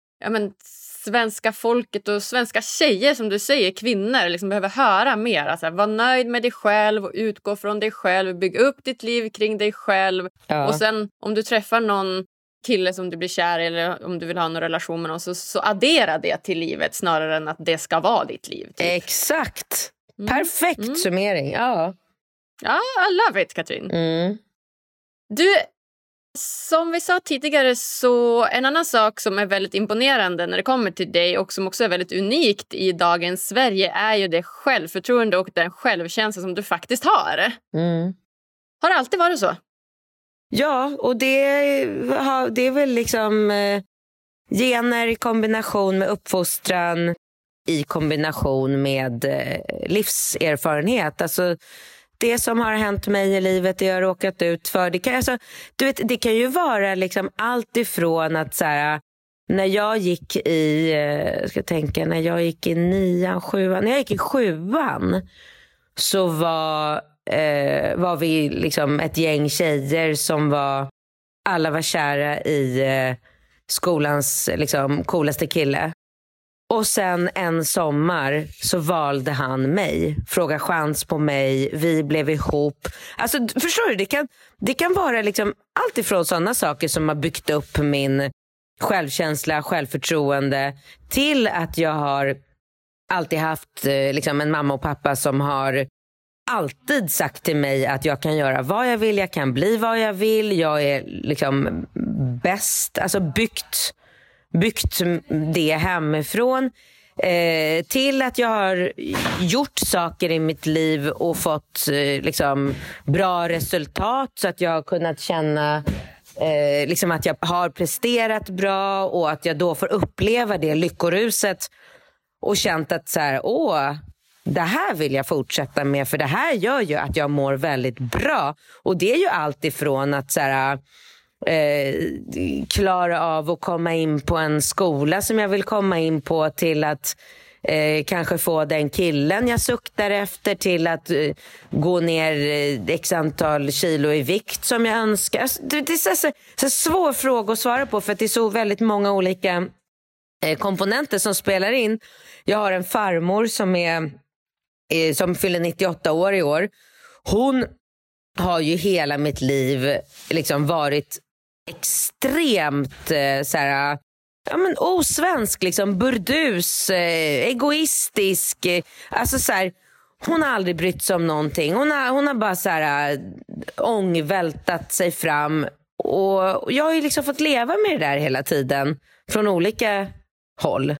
svenska folket och svenska tjejer, som du säger, kvinnor behöver höra mer. Alltså, var nöjd med dig själv och utgå från dig själv. Bygg upp ditt liv kring dig själv. Ja. Och sen om du träffar någon kille som du blir kär i, eller om du vill ha någon relation med någon, så addera det till livet snarare än att det ska vara ditt liv. Typ. Exakt. Perfekt summering. Ja, I love it, Katrin. Du, som vi sa tidigare, så en annan sak som är väldigt imponerande när det kommer till dig och som också är väldigt unikt i dagens Sverige är ju det självförtroende och den självkänsla som du faktiskt har. Har det alltid varit så? Ja, och det är väl gener i kombination med uppfostran i kombination med livserfarenhet. Alltså det som har hänt mig i livet, det jag har råkat ut för. Det kan ju vara allt ifrån att så här, när jag gick i 9:an, 7:an. När jag gick i 7:an så var vi ett gäng tjejer som alla var kära i skolans coolaste kille. Och sen en sommar så valde han mig. Frågade chans på mig. Vi blev ihop. Alltså förstår du? Det kan vara allt ifrån sådana saker som har byggt upp min självkänsla, självförtroende, till att jag har alltid haft en mamma och pappa som har alltid sagt till mig att jag kan göra vad jag vill. Jag kan bli vad jag vill. Jag är bäst. Alltså byggt det hemifrån till att jag har gjort saker i mitt liv och fått bra resultat så att jag har kunnat känna liksom att jag har presterat bra och att jag då får uppleva det lyckoruset och känt att så här, det här vill jag fortsätta med, för det här gör ju att jag mår väldigt bra. Och det är ju allt ifrån att så här, klara av att komma in på en skola som jag vill komma in på, till att kanske få den killen jag suktar efter, till att gå ner x antal kilo i vikt som jag önskar. Alltså, det är så svår fråga att svara på, för att det är så väldigt många olika komponenter som spelar in. Jag har en farmor som fyller 98 år i år. Hon har ju hela mitt liv liksom varit extremt osvensk, liksom burdus, egoistisk. Alltså så här, hon har aldrig brytt sig om någonting. Hon har bara så här ångvältat sig fram, och jag har ju liksom fått leva med det där hela tiden från olika håll.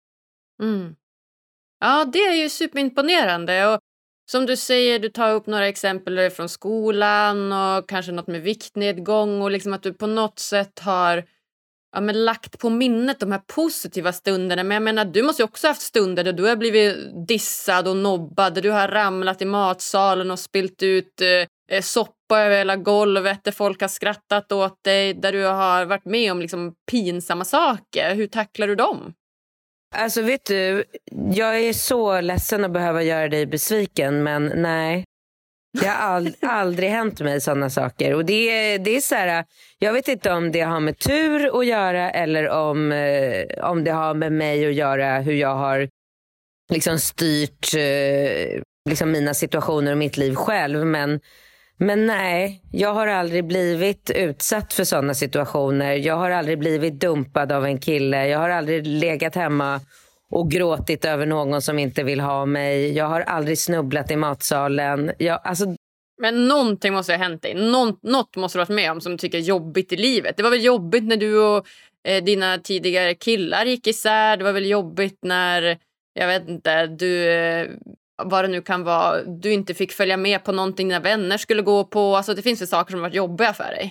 Ja, det är ju superimponerande. Och som du säger, du tar upp några exempel från skolan och kanske något med viktnedgång, och liksom att du på något sätt har lagt på minnet de här positiva stunderna. Men jag menar, du måste ju också ha haft stunder där du har blivit dissad och nobbad, där du har ramlat i matsalen och spilt ut soppa över hela golvet, där folk har skrattat åt dig, där du har varit med om liksom pinsamma saker. Hur tacklar du dem? Alltså vet du, jag är så ledsen att behöva göra dig besviken, men nej. Det har aldrig hänt mig sådana saker. Och det är så här, jag vet inte om det har med tur att göra, eller om det har med mig att göra, hur jag har liksom styrt liksom mina situationer och mitt liv själv. Men nej, jag har aldrig blivit utsatt för sådana situationer. Jag har aldrig blivit dumpad av en kille. Jag har aldrig legat hemma och gråtit över någon som inte vill ha mig. Jag har aldrig snubblat i matsalen. Men någonting måste ha hänt dig. Något måste du ha varit med om som du tycker är jobbigt i livet. Det var väl jobbigt när du och dina tidigare killar gick isär. Det var väl jobbigt när, jag vet inte, vad det nu kan vara, du inte fick följa med på någonting dina vänner skulle gå på. Alltså det finns ju saker som har varit jobbiga för dig.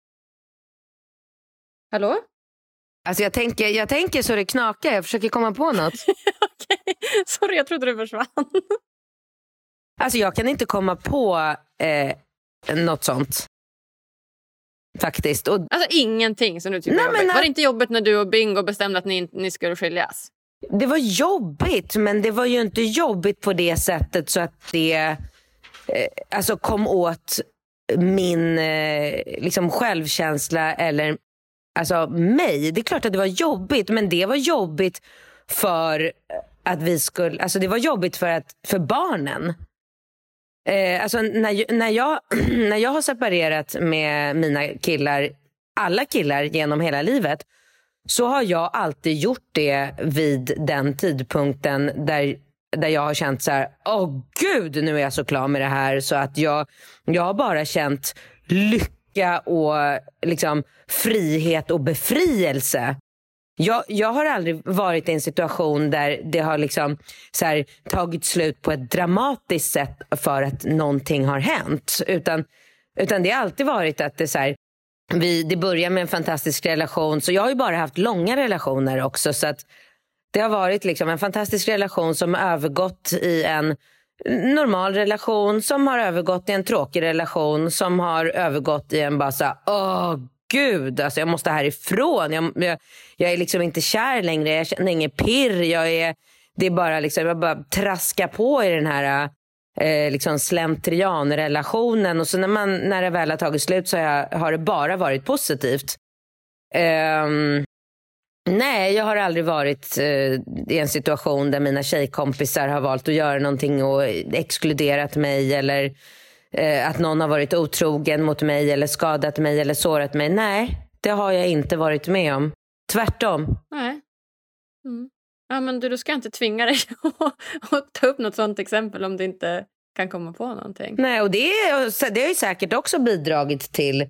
Hallå? Alltså jag tänker så det knakar. Jag försöker komma på något. Okej, sorry, jag trodde du försvann. Alltså jag kan inte komma på något sånt. Faktiskt. Alltså ingenting som du tycker är jobbigt. Var det inte jobbigt när du och Bingo bestämde att ni skulle skiljas? Det var jobbigt, men det var ju inte jobbigt på det sättet så att det kom åt min liksom självkänsla eller alltså mig. Det är klart att det var jobbigt, men det var jobbigt för att vi skulle, alltså det var jobbigt för barnen. Alltså när jag har separerat med mina killar, alla killar genom hela livet, så har jag alltid gjort det vid den tidpunkten där jag har känt så här: gud, nu är jag så klar med det här, så att jag har bara känt lycka och liksom frihet och befrielse. Jag har aldrig varit i en situation där det har liksom så här tagit slut på ett dramatiskt sätt för att någonting har hänt, utan det har alltid varit att det så här, det börjar med en fantastisk relation. Så jag har ju bara haft långa relationer också, så att det har varit liksom en fantastisk relation som har övergått i en normal relation, som har övergått i en tråkig relation, som har övergått i en bara så här, gud, alltså jag måste härifrån. Jag är liksom inte kär längre, jag känner ingen pirr, det är bara liksom, jag bara traskar på i den här liksom slentrianrelationen, och så när det väl har tagit slut så har det bara varit positivt. Nej, jag har aldrig varit i en situation där mina tjejkompisar har valt att göra någonting och exkluderat mig, eller att någon har varit otrogen mot mig eller skadat mig eller sårat mig. Nej, det har jag inte varit med om. Tvärtom. Nej. Ja, men du ska inte tvinga dig att ta upp något sånt exempel om du inte kan komma på någonting. Nej, och det har ju säkert också bidragit till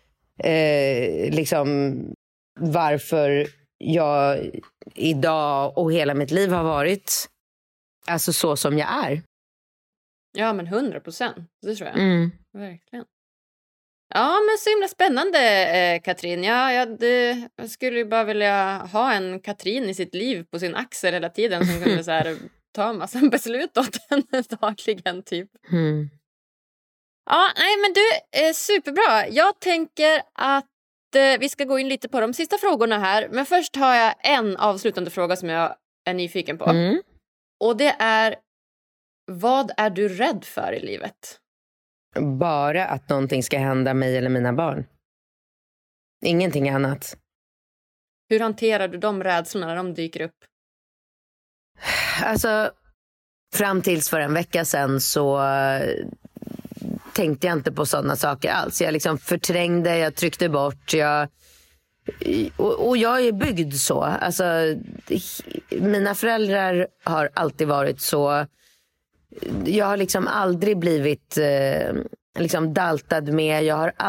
liksom varför jag idag och hela mitt liv har varit alltså så som jag är. Ja, men 100%. Det tror jag. Verkligen. Ja, men så himla spännande, Katrin. Jag skulle ju bara vilja ha en Katrin i sitt liv på sin axel hela tiden som kunde så här, ta en massa beslut åt en dagligen typ. Ja, nej men du, superbra. Jag tänker att vi ska gå in lite på de sista frågorna här. Men först har jag en avslutande fråga som jag är nyfiken på. Och det är, vad är du rädd för i livet? Bara att någonting ska hända mig eller mina barn. Ingenting annat. Hur hanterar du de rädslorna när de dyker upp? Alltså, fram tills för en vecka sedan så tänkte jag inte på sådana saker alls. Jag liksom förträngde, jag tryckte bort. Och jag är byggd så. Alltså, mina föräldrar har alltid varit så. Jag har liksom aldrig blivit liksom daltad med. Jag har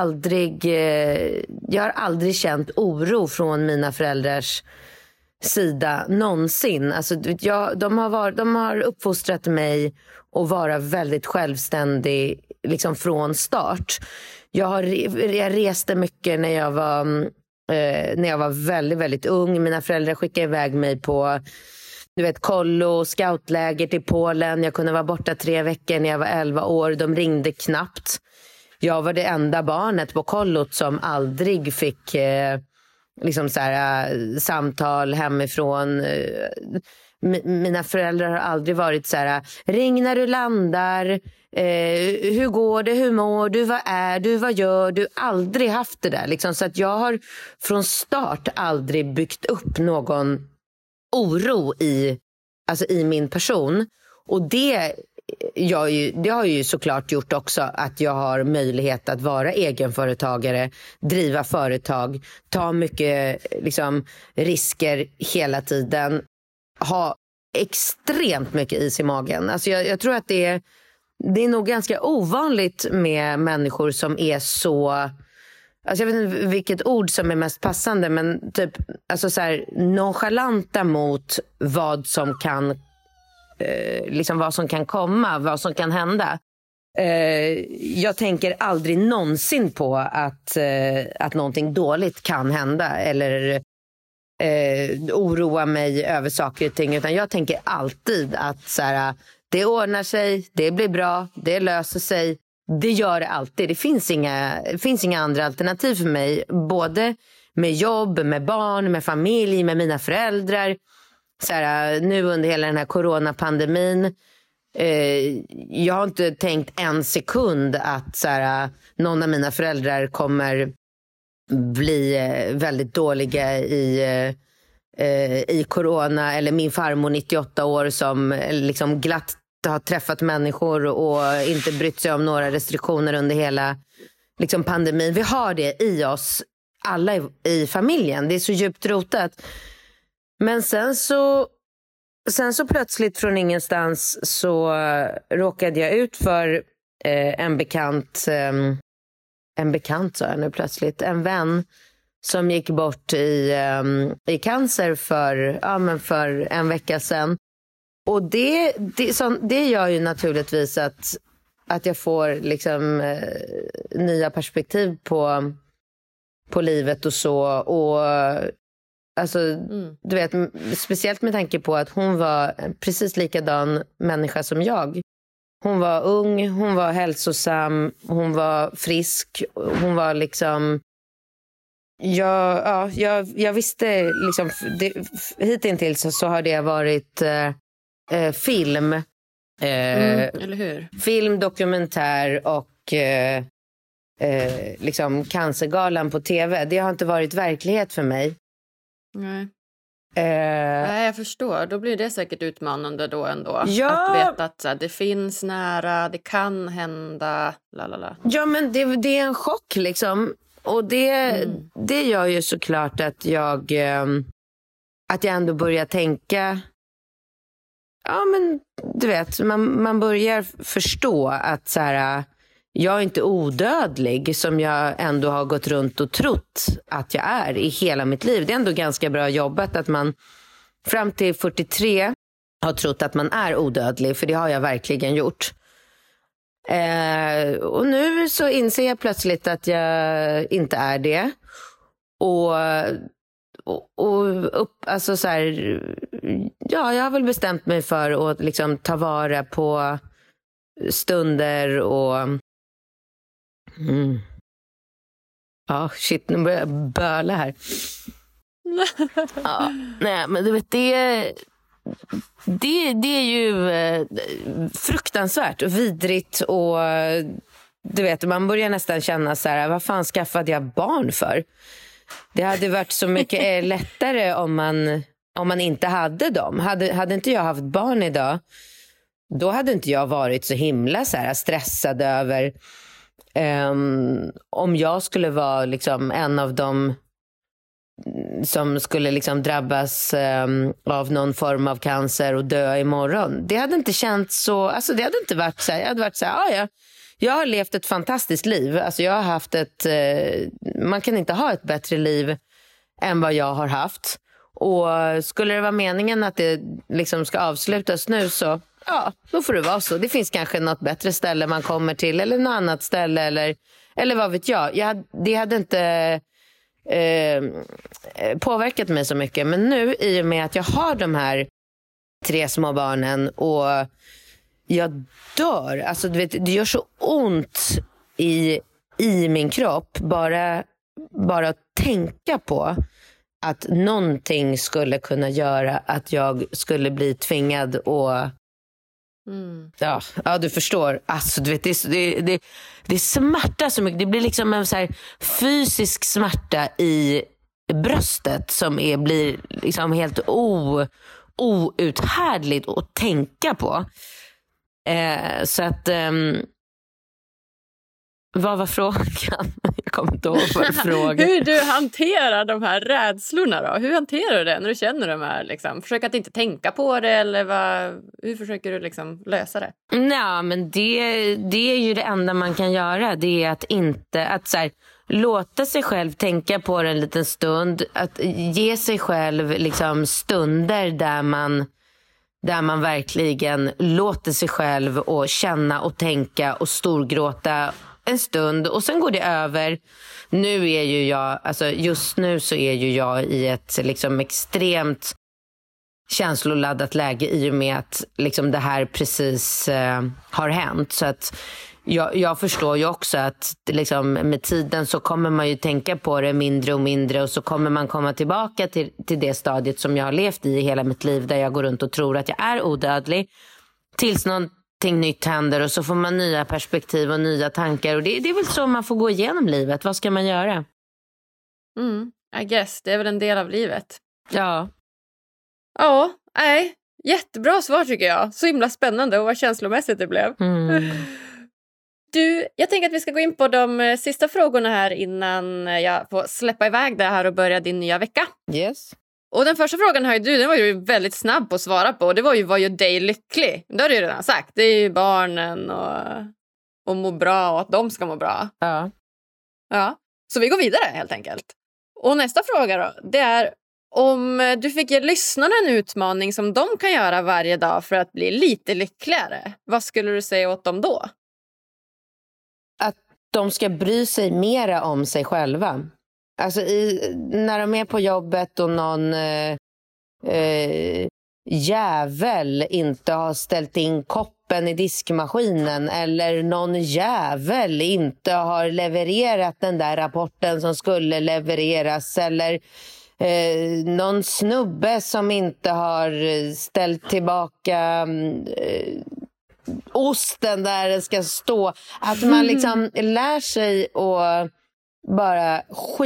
aldrig känt oro från mina föräldrars sida någonsin. Alltså, de har uppfostrat mig att vara väldigt självständig liksom från start. Jag reste mycket när jag var väldigt, väldigt ung. Mina föräldrar skickade iväg mig på kollo, scoutläger till Polen. Jag kunde vara borta 3 veckor när jag var 11 år. De ringde knappt. Jag var det enda barnet på kollot som aldrig fick liksom så här, samtal hemifrån. Mina föräldrar har aldrig varit så här: ring när du landar, hur går det, hur mår du, vad är du, vad gör du? Aldrig haft det där liksom. Så att jag har från start aldrig byggt upp någon oro i min person. Och det har ju såklart gjort också att jag har möjlighet att vara egenföretagare, driva företag, ta mycket liksom risker hela tiden, ha extremt mycket is i magen. Alltså jag tror att det är nog ganska ovanligt med människor som är så, alltså jag vet inte vilket ord som är mest passande, men typ alltså så här, nonchalanta mot vad som kan liksom vad som kan komma, vad som kan hända. Jag tänker aldrig någonsin på att någonting dåligt kan hända eller oroa mig över saker och ting, utan jag tänker alltid att så här, det ordnar sig, det blir bra, det löser sig. Det gör det alltid. Det finns inga andra alternativ för mig. Både med jobb, med barn, med familj, med mina föräldrar. Så här, nu under hela den här coronapandemin. Jag har inte tänkt en sekund att så här, någon av mina föräldrar kommer bli väldigt dåliga i corona. Eller min farmor 98 år som liksom glatt har träffat människor och inte brytt sig om några restriktioner under hela liksom pandemin. Vi har det i oss alla i familjen. Det är så djupt rotat. Men sen så plötsligt från ingenstans så råkade jag ut för en bekant sa jag nu plötsligt, en vän som gick bort i cancer för en vecka sedan. Och det gör ju naturligtvis att jag får liksom nya perspektiv på livet och så. Och alltså, du vet, speciellt med tanke på att hon var precis likadan människa som jag. Hon var ung, hon var hälsosam, hon var frisk, hon var liksom... Jag visste liksom, hittills så har det varit film. Eller hur? Film, dokumentär och liksom cancergalan på tv. Det har inte varit verklighet för mig. Nej. Nej, jag förstår. Då blir det säkert utmanande då ändå. Ja. Att veta att så här, det finns nära, det kan hända. Lalala. Ja, men det är en chock liksom. Och det gör ju såklart att jag ändå börjar tänka. Ja, men du vet, man börjar förstå att så här, jag är inte odödlig som jag ändå har gått runt och trott att jag är i hela mitt liv. Det är ändå ganska bra jobbat att man fram till 43 har trott att man är odödlig, för det har jag verkligen gjort. Och nu så inser jag plötsligt att jag inte är det. Alltså så här, ja, jag har väl bestämt mig för att liksom ta vara på stunder och ja, shit, nu börjar jag böla här. Ja, nej, men du vet, det är ju fruktansvärt och vidrigt, och du vet, man börjar nästan känna så här, vad fan skaffade jag barn för? Det hade varit så mycket lättare om man inte hade dem. Hade inte jag haft barn idag, då hade inte jag varit så himla så här stressad över om jag skulle vara liksom en av dem som skulle liksom drabbas av någon form av cancer och dö imorgon. Det hade inte känts så, alltså det hade inte varit så här, jag hade varit så här, ja. Jag har levt ett fantastiskt liv. Alltså jag har haft man kan inte ha ett bättre liv än vad jag har haft. Och skulle det vara meningen att det liksom ska avslutas nu, så ja, då får det vara så. Det finns kanske något bättre ställe man kommer till, eller något annat ställe, eller vad vet jag. Det hade inte påverkat mig så mycket. Men nu, i och med att jag har de här 3 små barnen och jag dör, alltså du vet, det gör så ont i min kropp bara att tänka på att någonting skulle kunna göra att jag skulle bli tvingad och ja, du förstår, alltså du vet, det smärtar så mycket. Det blir liksom en så här fysisk smärta i bröstet som blir liksom helt outhärdligt att tänka på. Så att vad var frågan? Jag kommer inte ihåg vad frågan. Hur du hanterar de här rädslorna då? Hur hanterar du det när du känner de här liksom? Försök att inte tänka på det, eller hur försöker du liksom lösa det? Nej, men det är ju det enda man kan göra. Det är att så här, låta sig själv tänka på det en liten stund, att ge sig själv liksom stunder där man verkligen låter sig själv och känna och tänka och storgråta en stund, och sen går det över. Nu är ju jag, alltså just nu så är ju jag i ett liksom extremt känsloladdat läge, i och med att liksom det här precis har hänt. Så att jag förstår ju också att liksom, med tiden så kommer man ju tänka på det mindre och mindre, och så kommer man komma tillbaka till det stadiet som jag har levt i hela mitt liv, där jag går runt och tror att jag är odödlig, tills någonting nytt händer, och så får man nya perspektiv och nya tankar, och det är väl så man får gå igenom livet. Vad ska man göra? I guess, det är väl en del av livet. Ja. Ja, nej, jättebra svar tycker jag. Så himla spännande, och vad känslomässigt det blev. Du, jag tänker att vi ska gå in på de sista frågorna här innan jag får släppa iväg det här och börja din nya vecka. Yes. Och den första frågan den var ju väldigt snabb på att svara på. Det var ju, vad gör dig lycklig? Det har du ju redan sagt. Det är ju barnen och må bra, och att de ska må bra. Ja. Ja, så vi går vidare helt enkelt. Och nästa fråga då, det är om du fick ge lyssnarna en utmaning som de kan göra varje dag för att bli lite lyckligare. Vad skulle du säga åt dem då? Att de ska bry sig mera om sig själva. Alltså när de är på jobbet och någon jävel inte har ställt in koppen i diskmaskinen, eller någon jävel inte har levererat den där rapporten som skulle levereras, eller någon snubbe som inte har ställt tillbaka osten där det ska stå. Att man liksom lär sig och bara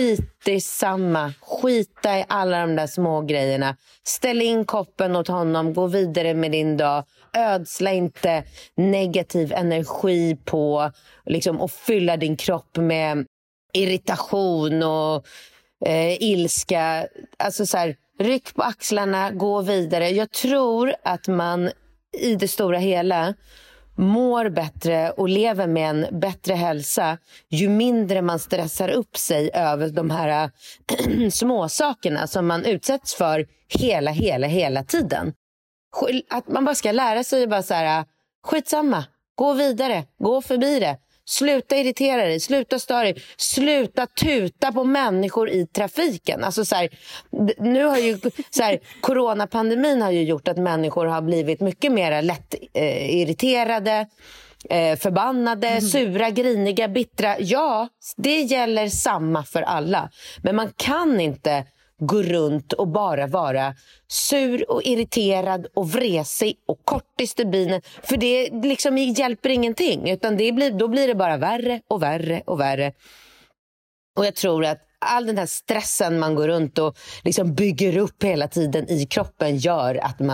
skita i alla de där små grejerna. Ställ in koppen åt honom, gå vidare med din dag. Ödsla inte negativ energi på liksom, och fylla din kropp med irritation och ilska. Alltså så här, ryck på axlarna, gå vidare. Jag tror att man i det stora hela mår bättre och lever med en bättre hälsa ju mindre man stressar upp sig över de här små sakerna som man utsätts för hela tiden. Att man bara ska lära sig bara så här, skitsamma. Gå vidare, gå förbi det. Sluta irritera dig, sluta störa dig, sluta tuta på människor i trafiken. Alltså så här, nu har ju så här, coronapandemin har ju gjort att människor har blivit mycket mer lätt irriterade, förbannade, sura, griniga, bittra. Ja, det gäller samma för alla. Men man kan inte gå runt och bara vara sur och irriterad och vresig och kort i stubinen. För det liksom hjälper ingenting. Utan då blir det bara värre och värre och värre. Och jag tror att all den här stressen man går runt och liksom bygger upp hela tiden i kroppen gör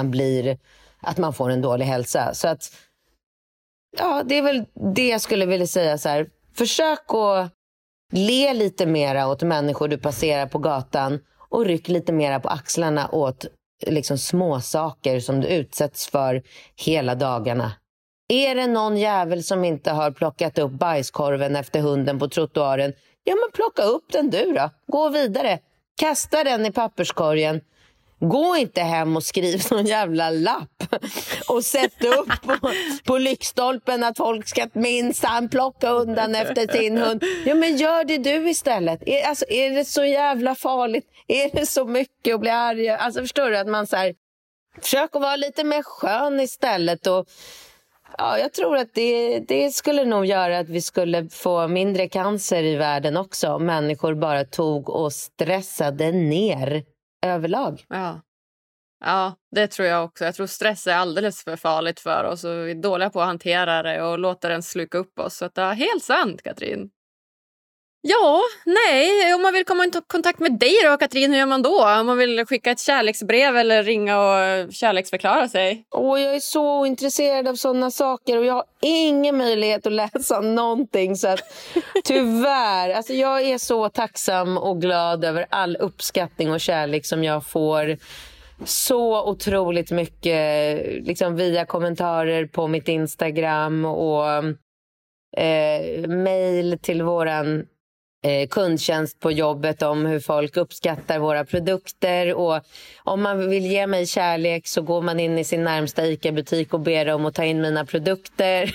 att man får en dålig hälsa. Så att ja, det är väl det jag skulle vilja säga så här. Försök att le lite mera åt människor du passerar på gatan. Och ryck lite mera på axlarna åt liksom små saker som du utsätts för hela dagarna. Är det någon jävel som inte har plockat upp bajskorven efter hunden på trottoaren? Ja, men plocka upp den du då. Gå vidare. Kasta den i papperskorgen. Gå inte hem och skriv någon jävla lapp och sätt upp på lyktstolpen att folk ska minsann plocka undan efter sin hund. Ja, men gör det du istället. Är det så jävla farligt? Är det så mycket att bli arg? Alltså förstår du att man så här, försöker vara lite mer skön istället. Och ja, jag tror att det skulle nog göra att vi skulle få mindre cancer i världen också. Om människor bara tog och stressade ner överlag. Ja, det tror jag också. Jag tror stress är alldeles för farligt för oss och vi är dåliga på att hantera det och låta den sluka upp oss. Så det är helt sant, Katrin. Ja, nej. Om man vill komma i kontakt med dig då, Katrin, hur gör man då? Om man vill skicka ett kärleksbrev eller ringa och kärleksförklara sig? Jag är så intresserad av sådana saker och jag har ingen möjlighet att läsa någonting. Så att tyvärr, alltså jag är så tacksam och glad över all uppskattning och kärlek som jag får. Så otroligt mycket liksom via kommentarer på mitt Instagram och mejl till våran kundtjänst på jobbet om hur folk uppskattar våra produkter. Och om man vill ge mig kärlek så går man in i sin närmsta ICA-butik och ber om att ta in mina produkter.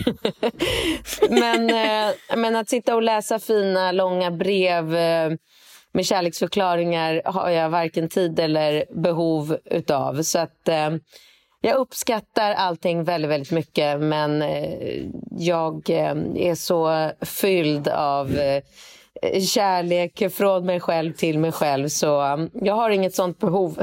men att sitta och läsa fina långa brev med kärleksförklaringar har jag varken tid eller behov utav. Så att jag uppskattar allting väldigt, väldigt mycket. Men jag är så fylld av kärlek från mig själv till mig själv. Så jag har inget sånt behov.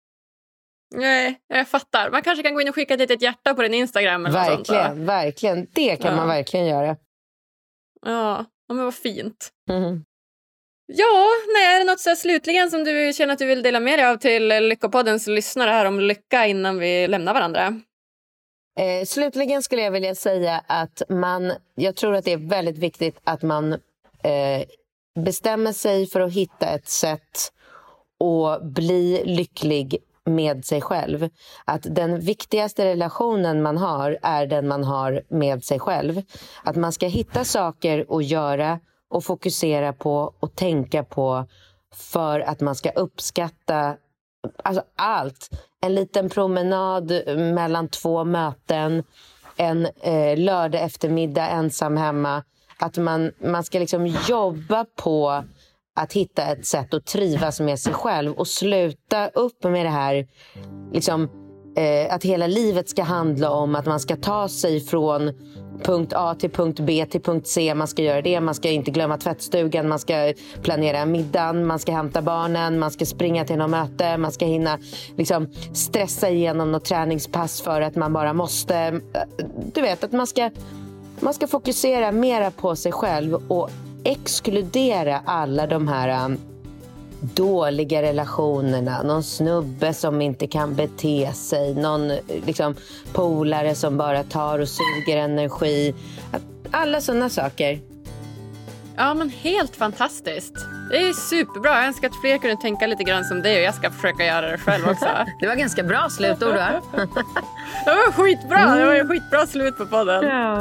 Nej, jag fattar. Man kanske kan gå in och skicka ett litet hjärta på din Instagram eller verkligen, något sånt. verkligen. Det kan man verkligen göra. Ja, men vad fint. Mm. Ja, nej, är det något så slutligen som du känner att du vill dela med dig av till Lyckopoddens lyssnare här om lycka innan vi lämnar varandra? Slutligen skulle jag vilja säga att jag tror att det är väldigt viktigt att man bestämmer sig för att hitta ett sätt att bli lycklig med sig själv. Att den viktigaste relationen man har är den man har med sig själv. Att man ska hitta saker att göra och fokusera på och tänka på för att man ska uppskatta alltså allt. En liten promenad mellan 2 möten, en lördag eftermiddag ensam hemma. Att man ska liksom jobba på att hitta ett sätt att trivas med sig själv och sluta upp med det här liksom, att hela livet ska handla om att man ska ta sig från punkt A till punkt B till punkt C. Man ska göra det, man ska inte glömma tvättstugan, man ska planera middagen, man ska hämta barnen, man ska springa till något möte, man ska hinna liksom stressa igenom något träningspass för att man bara måste. Du vet att man ska fokusera mera på sig själv och exkludera alla de här dåliga relationerna. Någon snubbe som inte kan bete sig. Någon liksom polare som bara tar och suger energi. Alla sådana saker. Ja, men helt fantastiskt. Det är superbra. Jag önskar att fler kunde tänka lite grann som dig och jag ska försöka göra det själv också. Det var ganska bra slutord, va? Det var skitbra. Det var ett skitbra slut på podden.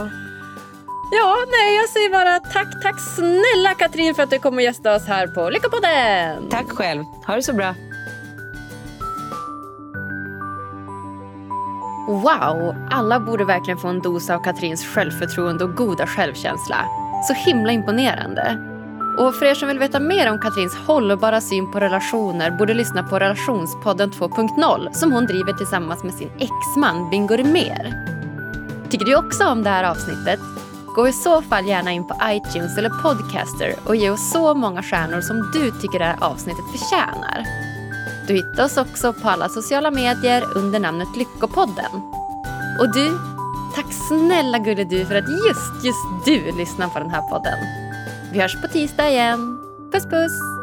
Ja, nej, jag säger bara tack snälla Katrin för att du kom och gästade oss här på Lyckopodden. Tack själv. Ha det så bra. Wow, alla borde verkligen få en dos av Katrins självförtroende och goda självkänsla. Så himla imponerande. Och för er som vill veta mer om Katrins hållbara syn på relationer borde lyssna på Relationspodden 2.0 som hon driver tillsammans med sin exman Bingo Rimér. Tycker du också om det här avsnittet? Gå i så fall gärna in på iTunes eller Podcaster och ge oss så många stjärnor som du tycker det här avsnittet förtjänar. Du hittar oss också på alla sociala medier under namnet Lyckopodden. Och du, tack snälla gulle du för att just du lyssnar på den här podden. Vi hörs på tisdag igen. Puss puss!